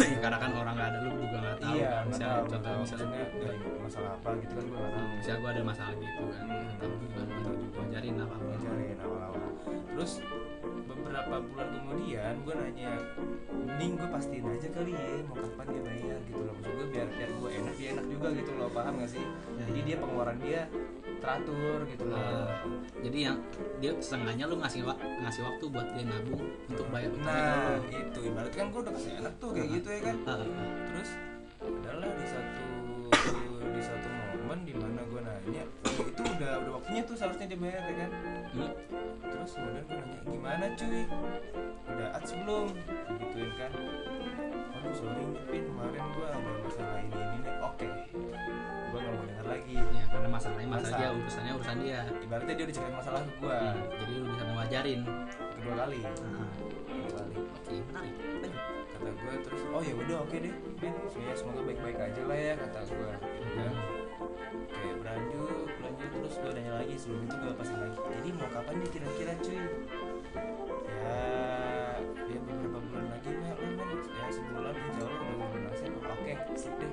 karena kan orang nggak ada, lu juga nggak tahu. Iya, nggak misalnya tahu, contoh nggak tahu. misalnya Maksudnya dari masalah apa gitu kan gue nggak tahu. Hmm, misalnya gue ada masalah gitu kan, Hmm. nggak tahu juga, nggak tahu juga, ajarin apa apa. Ngajarin awal-awal. Terus beberapa bulan kemudian gue nanya, mending gue pastiin aja kali ya mau kapan dia bayar gitu loh. Maksud gue biar biar gue enak, dia enak juga gitu loh, paham gak sih? Ya, Jadi ya. dia pengeluaran dia teratur gitu loh. Nah, jadi yang dia setengahnya lu ngasih wa- ngasih waktu buat dia nabung untuk bayar utangnya Nah dulu. itu ibaratnya kan gue udah kasih enak tuh kayak gitu ya kan. Ah, ah, ah. Terus adalah di satu di satu momen dimana gue nanya, ya itu udah udah waktunya tuh seharusnya dia bayar ya kan. Hmm? Terus kemudian gue nanya, gimana cuy, udah ads belum, gituin kan. Aduh sorry Pin, kemarin gue ada masalah ini ini nih. Oke, gue nggak mau dengar lagi. Ya karena masalahnya masalah Masalah. dia, urusannya urusan dia. Ibaratnya dia udah ceritain masalah ke gue Hmm, jadi lu bisa mewajarin. kedua kali Nah, kedua kali oke, menarik. Lanjut. kata gue. Terus oh ya udah oke deh Pin, ya semoga baik-baik aja lah ya kata gue gitu kan. Oke berlanjut berlanjut terus gue nanya lagi, sebelum itu gue pasang lagi, jadi mau kapan nih kira-kira cuy? Ya ya beberapa bulan lagi mah lah men, ya sebulan insya Allah udah gue lunasin. Oke sip deh.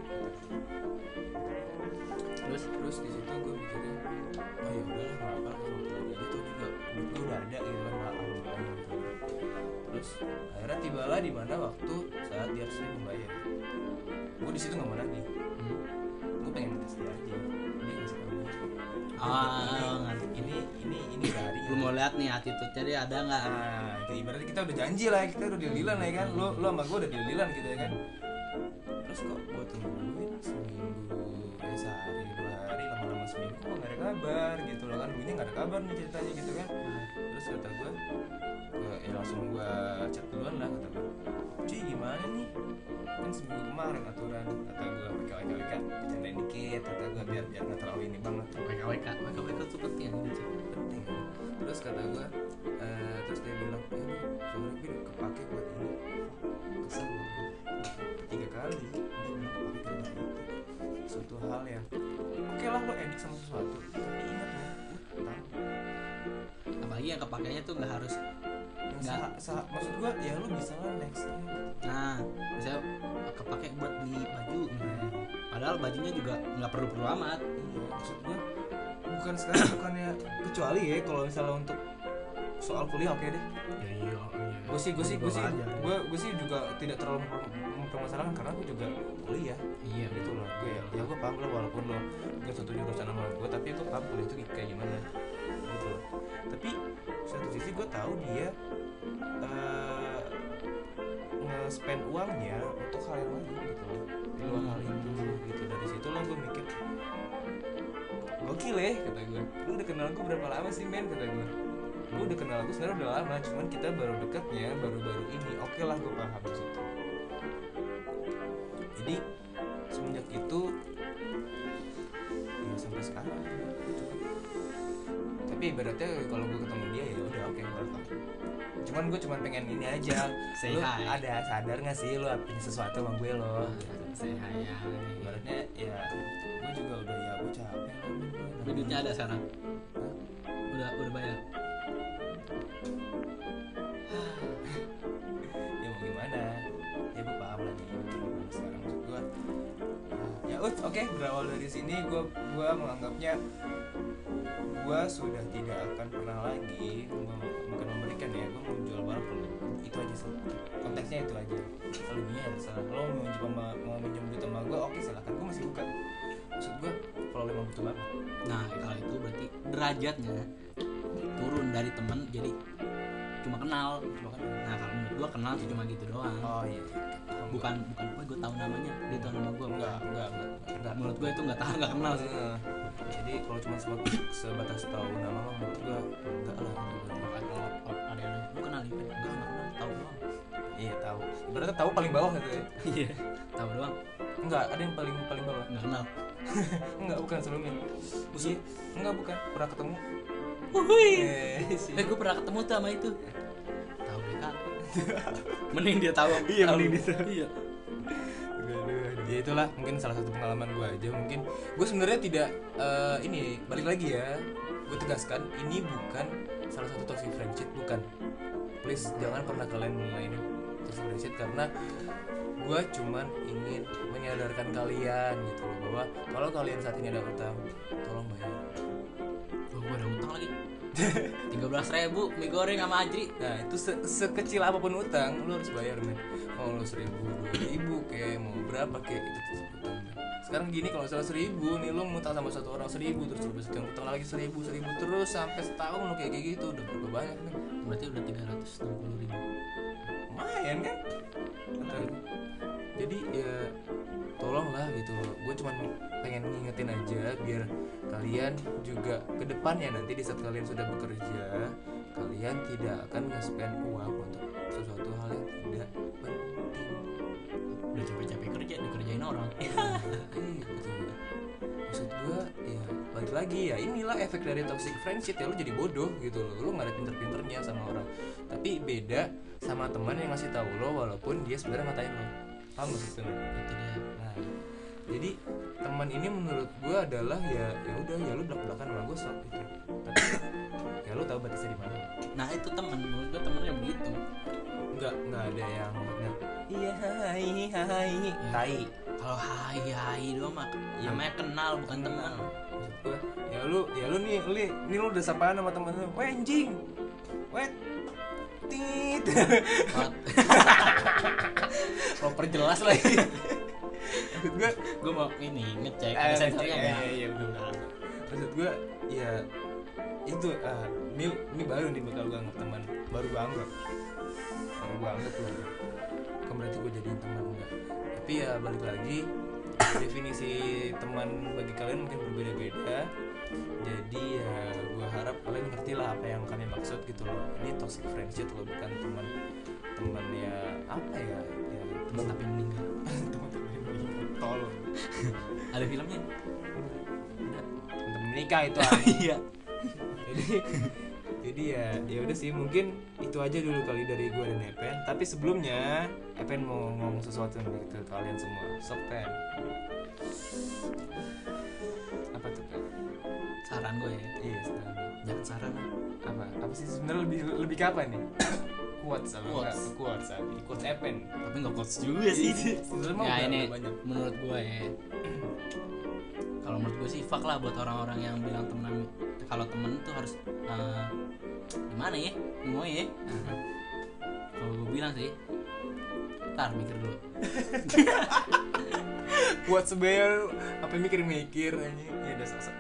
Terus Terus di situ gue mikirnya, oh ya udahlah nggak apa kalau waktu lagi itu juga duit gue udah ada gitu kan, alhamdulillah gitu. Terus akhirnya tibalah di mana waktu saat dia resmi membayar, gue di situ nggak mau lagi, hmm. gue pengen tes dia aja, dia ngasih tau gue. Ah, ngerti. ini ini ini dari Lu mau lihat nih attitude-nya dia ada nggak? nah itu ibaratnya kita udah janji lah, kita udah deal-dealan ya kan, lo lo sama gue udah deal-dealan gitu ya kan. Terus kok gue tungguin seminggu, eh sehari dua hari, lama-lama seminggu kok nggak ada kabar gitu loh kan, bunyinya nggak ada kabar nih ceritanya gitu kan. Terus kata gue, gue ya langsung gue chat duluan lah, kata gue, cuy gimana nih, kan seminggu kemarin aturan, kata gue W K W K W K bercandain dikit, kata gue biar biar nggak terlalu ini banget. W K W K, W K W K itu penting gitu sih. Penting kan? Terus kata gue, eh, terus dia bilang, eh nih sorry Bin, kepake buat ini. Kesel gue, tiga kali dia bilang kepake buat itu. Suatu hal yang oke lah lo edik sama sesuatu, tapi ingat lo utang. Apalagi yang kepakainya tuh nggak harus. Yang Nggak. sa- sa- maksud gue ya lo bisa lah nextnya. Nah, misalnya kepake buat beli baju, misalnya. Padahal bajunya juga nggak perlu-perlu amat. Iya, maksud gue bukan sekarang bukannya, kecuali ya kalau misalnya untuk soal kuliah oke deh. Ya iya, Gue sih gue sih gue sih gue gue sih juga tidak terlalu memper- mempermasalahkan karena gue juga kuliah. Iya, Gitu loh, gue ya, ya gue paham lah walaupun lo gak setuju urusan sama gue, tapi gue paham kuliah itu kayak gimana gitu loh. Tapi satu sisi gue tahu dia uh, nge-spend uangnya untuk hal yang lain gitu loh, di luar hal itu gitu. Dari situ lah gue mikir, gokil ya kata gue, lu udah kenal gue berapa lama sih men, kata gue. Lu udah kenal gue sebenarnya udah lama, cuman kita baru dekatnya baru-baru ini. Oke lah gue paham di situ. Jadi semenjak itu ya sampai sekarang cuman, tapi ibaratnya kalau gue ketemu dia ya udah oke welcome. Cuman gue cuman pengen ini aja, Say lu hi. ada sadar nggak sih lu punya sesuatu sama gue lo gitu. Saya ya. Ibaratnya ya gue juga udah ya gue capek lah, Tapi duitnya ada sekarang. Udah udah bayar. Ya mau gimana, ya gue paham lah nih gimana sekarang. Maksud gue uh, ya ut oke berawal dari sini gue gue menganggapnya gue sudah tidak akan pernah lagi mem- mungkin memberikan ya, gue mau jual barang ke lu, itu aja sih konteksnya, itu aja. Selebihnya ya terserah lo mau minjem sama mau minjem duit sama gue, oke silakan, gue masih buka. Maksud gue kalau lo emang butuh banget, Nah, kalau itu berarti derajatnya turun dari teman jadi cuma kenal. cuma kan Nah, kalau menurut gua kenal tuh cuma gitu doang. oh iya Bukan bukan oh gue tahu namanya, dia tahu nama gua. enggak enggak enggak enggak Menurut gua itu nggak tahu, nggak kenal sih. Eh, jadi kalau cuma sebatas, sebatas tahu nama lo menurut gue enggak lah gitu. Makanya kalau ada yang nanya, lu kenal Ivan? Enggak, enggak kenal, tahu doang. Iya tahu, ibaratnya tahu paling bawah gitu ya. Iya, tahu doang, Enggak, ada yang paling paling bawah. nggak kenal. Enggak, bukan sebelumnya. Iya, enggak bukan, pernah ketemu. Wuih. Eh, sih. Eh, gue pernah ketemu tuh sama itu. Tahu deh kan? Mending dia tahu. Iya, tahu. mending dia tahu. Iya. Aduh, aduh. Ya itulah mungkin salah satu pengalaman gue aja. Mungkin gue sebenarnya tidak eh, ini balik lagi ya. Gue tegaskan ini bukan salah satu toxic friendship, bukan. Please jangan pernah kalian mulai ini toxic friendship karena gue cuman ingin menyadarkan kalian gitu loh, bahwa kalau kalian saat ini ada utang, tolong bayar. Oh, gue ada utang lagi tiga belas ribu mie goreng sama Ajri. Nah itu se- sekecil apapun utang lu harus bayar men. Mau lu seribu, dua ribu kayak mau berapa kayak itu tetap utang men. Sekarang gini kalau misalnya seribu nih lu ngutang sama satu orang seribu, terus lu besok utang lagi seribu seribu terus sampai setahun lu kayak gitu udah berapa banyak men? Berarti udah tiga ratus enam puluh ribu. Lumayan kan? Utang. Jadi ya tolonglah gitu loh. Gue cuman pengen ngingetin aja biar kalian juga ke depannya nanti di saat kalian sudah bekerja, kalian tidak akan nge-spend uang untuk sesuatu hal yang tidak penting. Udah capek-capek kerja dikerjain orang. Iya betul. Maksud gue ya balik lagi ya inilah efek dari toxic friendship ya, lu jadi bodoh gitu loh. Lu gak ada pinter-pinternya sama orang. Tapi beda sama teman yang ngasih tahu lo walaupun dia sebenarnya ngatain lo. Paham gak sih sebenarnya? Itu dia. Nah, jadi teman ini menurut gue adalah ya ya udah ya lu belak-belakan sama gue sok gitu. Tapi ya lu tahu batasnya di mana. Nah itu teman, menurut gue temennya begitu. Enggak enggak ada yang maksudnya iya hai hai Ya. tai. Kalau hai hai doang mah Iya. namanya kenal bukan teman. Maksud gue ya lu ya lu nih lu nih lu udah sapaan sama temen lu. Weh anjing. Weh tit. Lo perjelas lagi. Maksud gue Gue mau ini ngecek Eh, ada sensornya iya, nggak? iya, iya, bener. Maksud gue ya itu ah, ini ini baru nih bakal gue anggap teman, baru gue anggap baru gue anggap loh, bukan berarti gue jadiin teman enggak. Tapi ya balik lagi definisi teman bagi kalian mungkin berbeda-beda. Jadi ya gue harap kalian ngerti lah apa yang kami maksud gitu loh. Ini toxic friendship loh, bukan teman teman ya apa ya ya Teman tapi meninggal. teman tolong Ada filmnya? teman menikah itu ah. Iya. jadi jadi ya ya udah sih mungkin itu aja dulu kali dari gue dan Epen. Tapi sebelumnya Epen mau ngomong sesuatu nih ke kalian semua. Sok Pen. Apa tuh Pen? Saran gue ya, Iya sekarang jangan saran lah. apa apa sih sebenarnya lebih lebih ke apa nih? Quotes apa Quotes. enggak? Quotes apa? Quotes Epen. Tapi nggak quotes juga sih. Sebenarnya mah Ya udah- ini udah banyak. menurut gue ya. Kalau menurut gue sih fuck lah buat orang-orang yang bilang temenan. Kalau temen tuh harus eh, gimana ya? Mau ya? Nah, kalau gue bilang sih, ntar mikir dulu. Quotes sebenarnya apa mikir-mikir aja. Ya udah sok.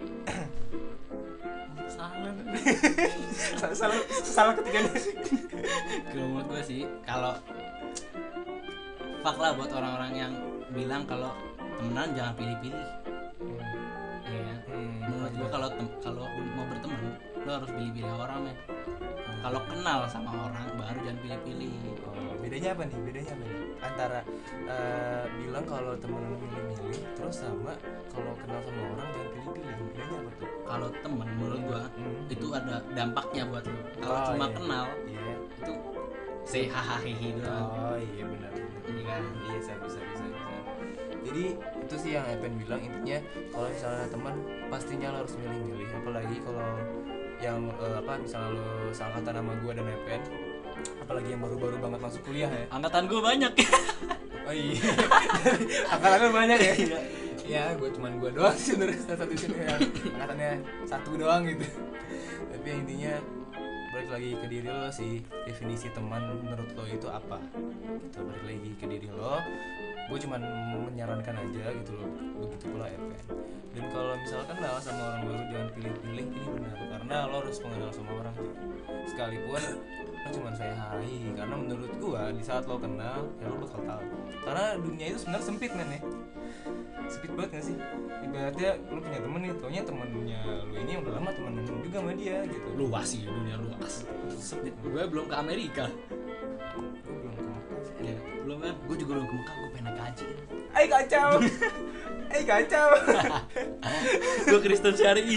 Salah. salah salah salah ketika Kalau menurut gue sih, kalau fuck lah buat orang-orang yang bilang kalau temenan jangan pilih-pilih. Iya. Hmm, Menurut gue kalau tem- kalau lu mau berteman, lo harus pilih-pilih orang men. Kalau kenal sama orang baru jangan pilih-pilih. Oh, bedanya apa nih? Bedanya apa nih? Antara eh, bilang kalau temen milih-milih terus sama kalau kenal sama orang jangan pilih-pilih. Bedanya apa tuh? Kalau temen menurut gua Hmm. itu ada dampaknya buat lo. Kalau Oh, cuma iya. kenal Iya. itu say hahaha doang. Oh iya benar. Iya kan? Iya bisa bisa bisa bisa. Jadi itu sih yang Epen bilang, intinya kalau misalnya teman pastinya lo harus milih-milih. Apalagi kalau yang eh, apa misalnya lo seangkatan sama gua dan Epen, apalagi yang baru-baru banget masuk kuliah ya. Angkatan gua banyak. Oh iya. Angkatannya banyak ya. Ya, gue cuman gue doang sih sebenarnya satu di sini yang angkatannya satu doang gitu. Tapi yang intinya balik lagi ke diri lo sih, definisi teman menurut lo itu apa? Gitu, balik lagi ke diri lo. Gue cuman menyarankan aja gitu loh. Begitu pula Evan. Dan kalau misalkan kenal sama orang baru jangan pilih-pilih, ini benar karena lo harus mengenal sama orang. Sekalipun lo cuman saya hai, karena menurut gua di saat lo kenal ya lo bakal tahu. Karena dunia itu sebenarnya sempit men ya. Sempit banget gak sih? Ibaratnya lo punya temen nih, taunya temennya lo ini udah lama temenan juga sama dia gitu. Luas sih dunia luas. Sempit. Gue belum ke Amerika. Gue belum ke Mekah sih. Ya, belum kan? Gue juga belum ke Mekah. Gue pengen naik haji. Ay kacau. Ay kacau. Gue Kristen Syari.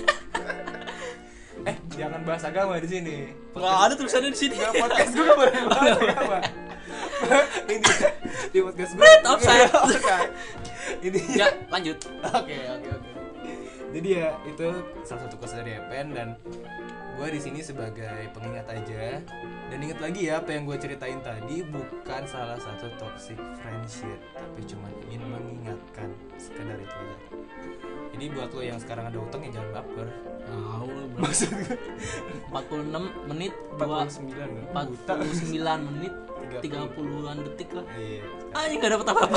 Eh jangan bahas agama di sini. Nggak ada tulisannya di sini. Nggak, podcast gue gak boleh bahas agama. Ini di podcast gue. Red offside. Offside. Ini. Ya, lanjut. Oke oke oke. Jadi ya itu salah satu quotes dari Epen dan gue di sini sebagai pengingat aja. Dan ingat lagi ya, apa yang gue ceritain tadi bukan salah satu toxic friendship, tapi cuma ingin mengingatkan, sekedar itu aja. Jadi buat lo yang sekarang ada utang ya jangan baper. Tahu lu bro. Maksud gue empat puluh enam menit empat dua puluh sembilan kan? empat puluh sembilan menit tiga puluhan detik lah. Iya. Ah, ini gak dapet apa-apa.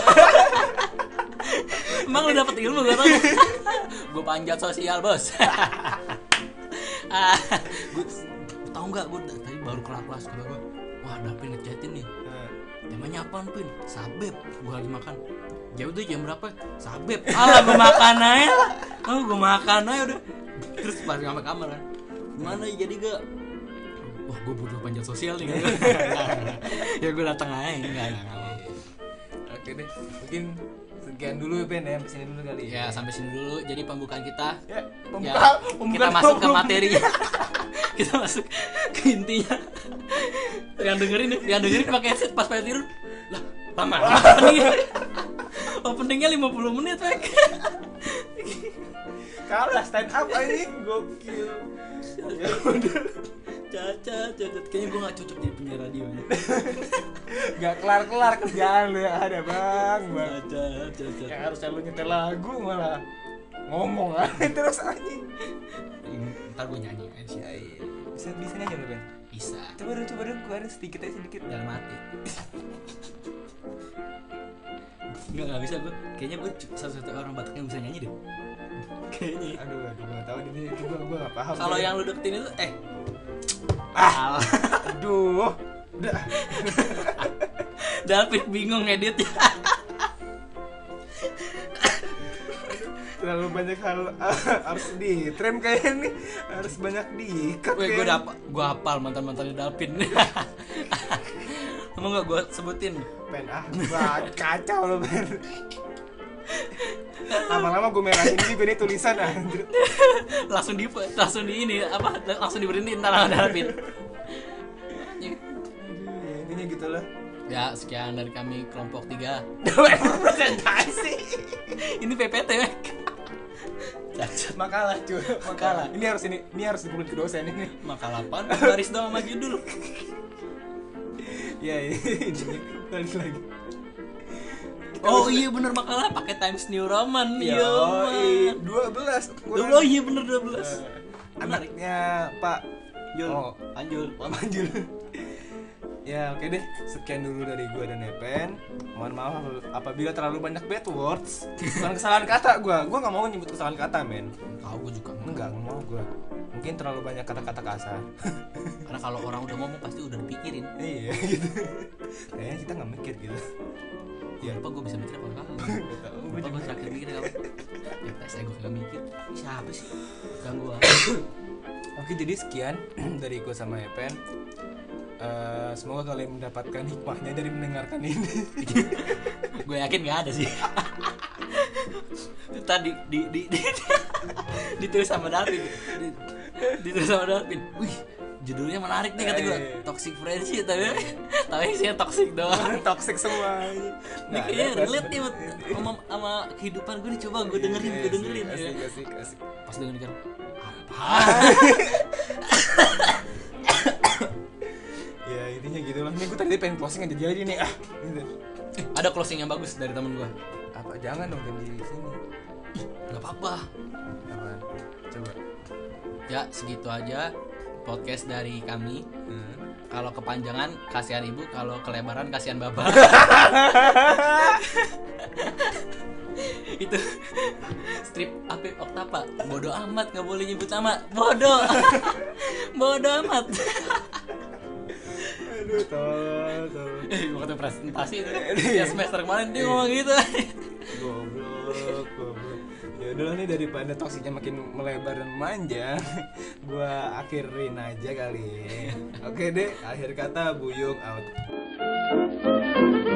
Emang lu dapet ilmu gak tau? Gue panjat sosial bos. Ah, gue tau nggak gue tadi baru kelar kelas kata gue, wah Dapin ngechatin nih. Nah, Temanya apaan Pin? Sabep. Gue lagi makan. Jauh tuh jam berapa? Sabep. Ah, gue makan aja lah. Oh, gue makan aja udah. Terus pas sampai kamar kan, gimana ya jadi gak? Wah, gue butuh panjat sosial nih kan. Ya gue datang aja. Enggak, enggak, enggak. oke deh, mungkin sekian dulu ya Ben ya, sampai sini dulu kali Ya sampai sini dulu. Jadi pembukaan kita. Ya, Ya, pembuka, kita pembukaan masuk ke belum. materi. Kita masuk ke intinya. Yang dengerin nih, yang dengerin pakai headset pas pada tidur. Lah, lama amat openingnya. Openingnya lima puluh menit, Pak. Kalah stand up ini gokil. Ya udah. Caca, caca. Kayaknya gue gak cocok jadi penyiar radio. Gak kelar-kelar kerjaan lu yang ada bang, bang. Caca, caca. Yang harusnya lu nyetel lagu malah ngomong aja terus anjing. Ntar gue nyanyi aja. Ya, iya. Bisa bisa nyanyi lu Ben? Bisa. Coba dong, coba dong, keluarin sedikit aja sedikit. Dalam hati. Enggak, gak bisa gue. Kayaknya gue satu-satu orang Batak yang bisa nyanyi deh. Kayaknya. Aduh, aduh, gak tau ini itu gua gua gak paham. Kalau yang lu deketin itu eh ah, aduh, udah. David bingung ngeditnya. Terlalu banyak hal harus di trim kayaknya nih, harus banyak di-cut. Weh, gue kayaknya. dapat, gue hafal mantan-mantannya Dalvin. Emang nggak gue sebutin? Ben ah, gua kacau lo Ben. Lama-lama gue merahin ini Ben tulisan anjir. langsung di, langsung di ini apa? Langsung diberhentiin ntar sama Dalvin. Aduh, ya intinya gitulah. Ya sekian dari kami kelompok tiga. Presentasi. Ini P P T, weh. Cacat. Makalah cuy, makalah. Ini harus ini ini harus dikumpulin ke dosen ini. Makalah apaan? Baris doang sama judul. Ya ini balik lagi. Oh iya bener makalah pakai Times New Roman. Iya. Yo, dua belas. Oh iya bener dua belas. Anaknya Pak Jul. Oh, Anjul. Pak Manjul. Ya oke deh, sekian dulu dari gua dan Epen. Mohon maaf apabila terlalu banyak bad words. Bukan kesalahan kata gua, gua nggak mau nyebut kesalahan kata men. Tahu gue juga Enggak, nggak mau gua. Mungkin terlalu banyak kata-kata kasar. Karena kalau orang udah ngomong pasti udah dipikirin. Iya gitu. Kayaknya kita nggak mikir gitu. Ya lupa gue bisa mikir apa enggak. Nggak tahu, gua Lupa juga. gue terakhir mikir apa. Ya tes gue gak mikir. Ini siapa sih? Ganggu ah. Oke jadi sekian dari gua sama Epen. Uh, semoga kalian mendapatkan hikmahnya dari mendengarkan ini. Gue yakin nggak ada sih. Tadi di di di, di ditulis sama Dalvin. Di, ditulis sama Dalvin. Wih, judulnya menarik nih kata gue. Toxic friendship tapi tapi isinya toxic doang. Toxic semua. Ini kayaknya relate nih sama, sama kehidupan gue nih, coba gue dengerin, gue dengerin. Asik, Ya. asik, asik. Pas dengerin kan, apa? Ya intinya gitu lah. Nih gue tadi pengen closing aja jadi nih ah. Gitu. Eh, ada closing yang bagus dari temen gue. Apa jangan dong janji di sini. Gak apa-apa. Apaan? Coba. Ya segitu aja podcast dari kami. Hmm. Kalau kepanjangan kasihan ibu, kalau kelebaran kasihan bapak. Itu strip apa Oktapa. Bodoh amat, nggak boleh nyebut nama. Bodoh. Bodoh amat. Aduh tolong tolong. Eh, waktu presentasi itu ya semester kemarin dia ngomong gitu. Goblok, goblok. Ya udah nih daripada toksiknya makin melebar dan panjang, gua akhirin aja kali. Oke deh, akhir kata Buyung out.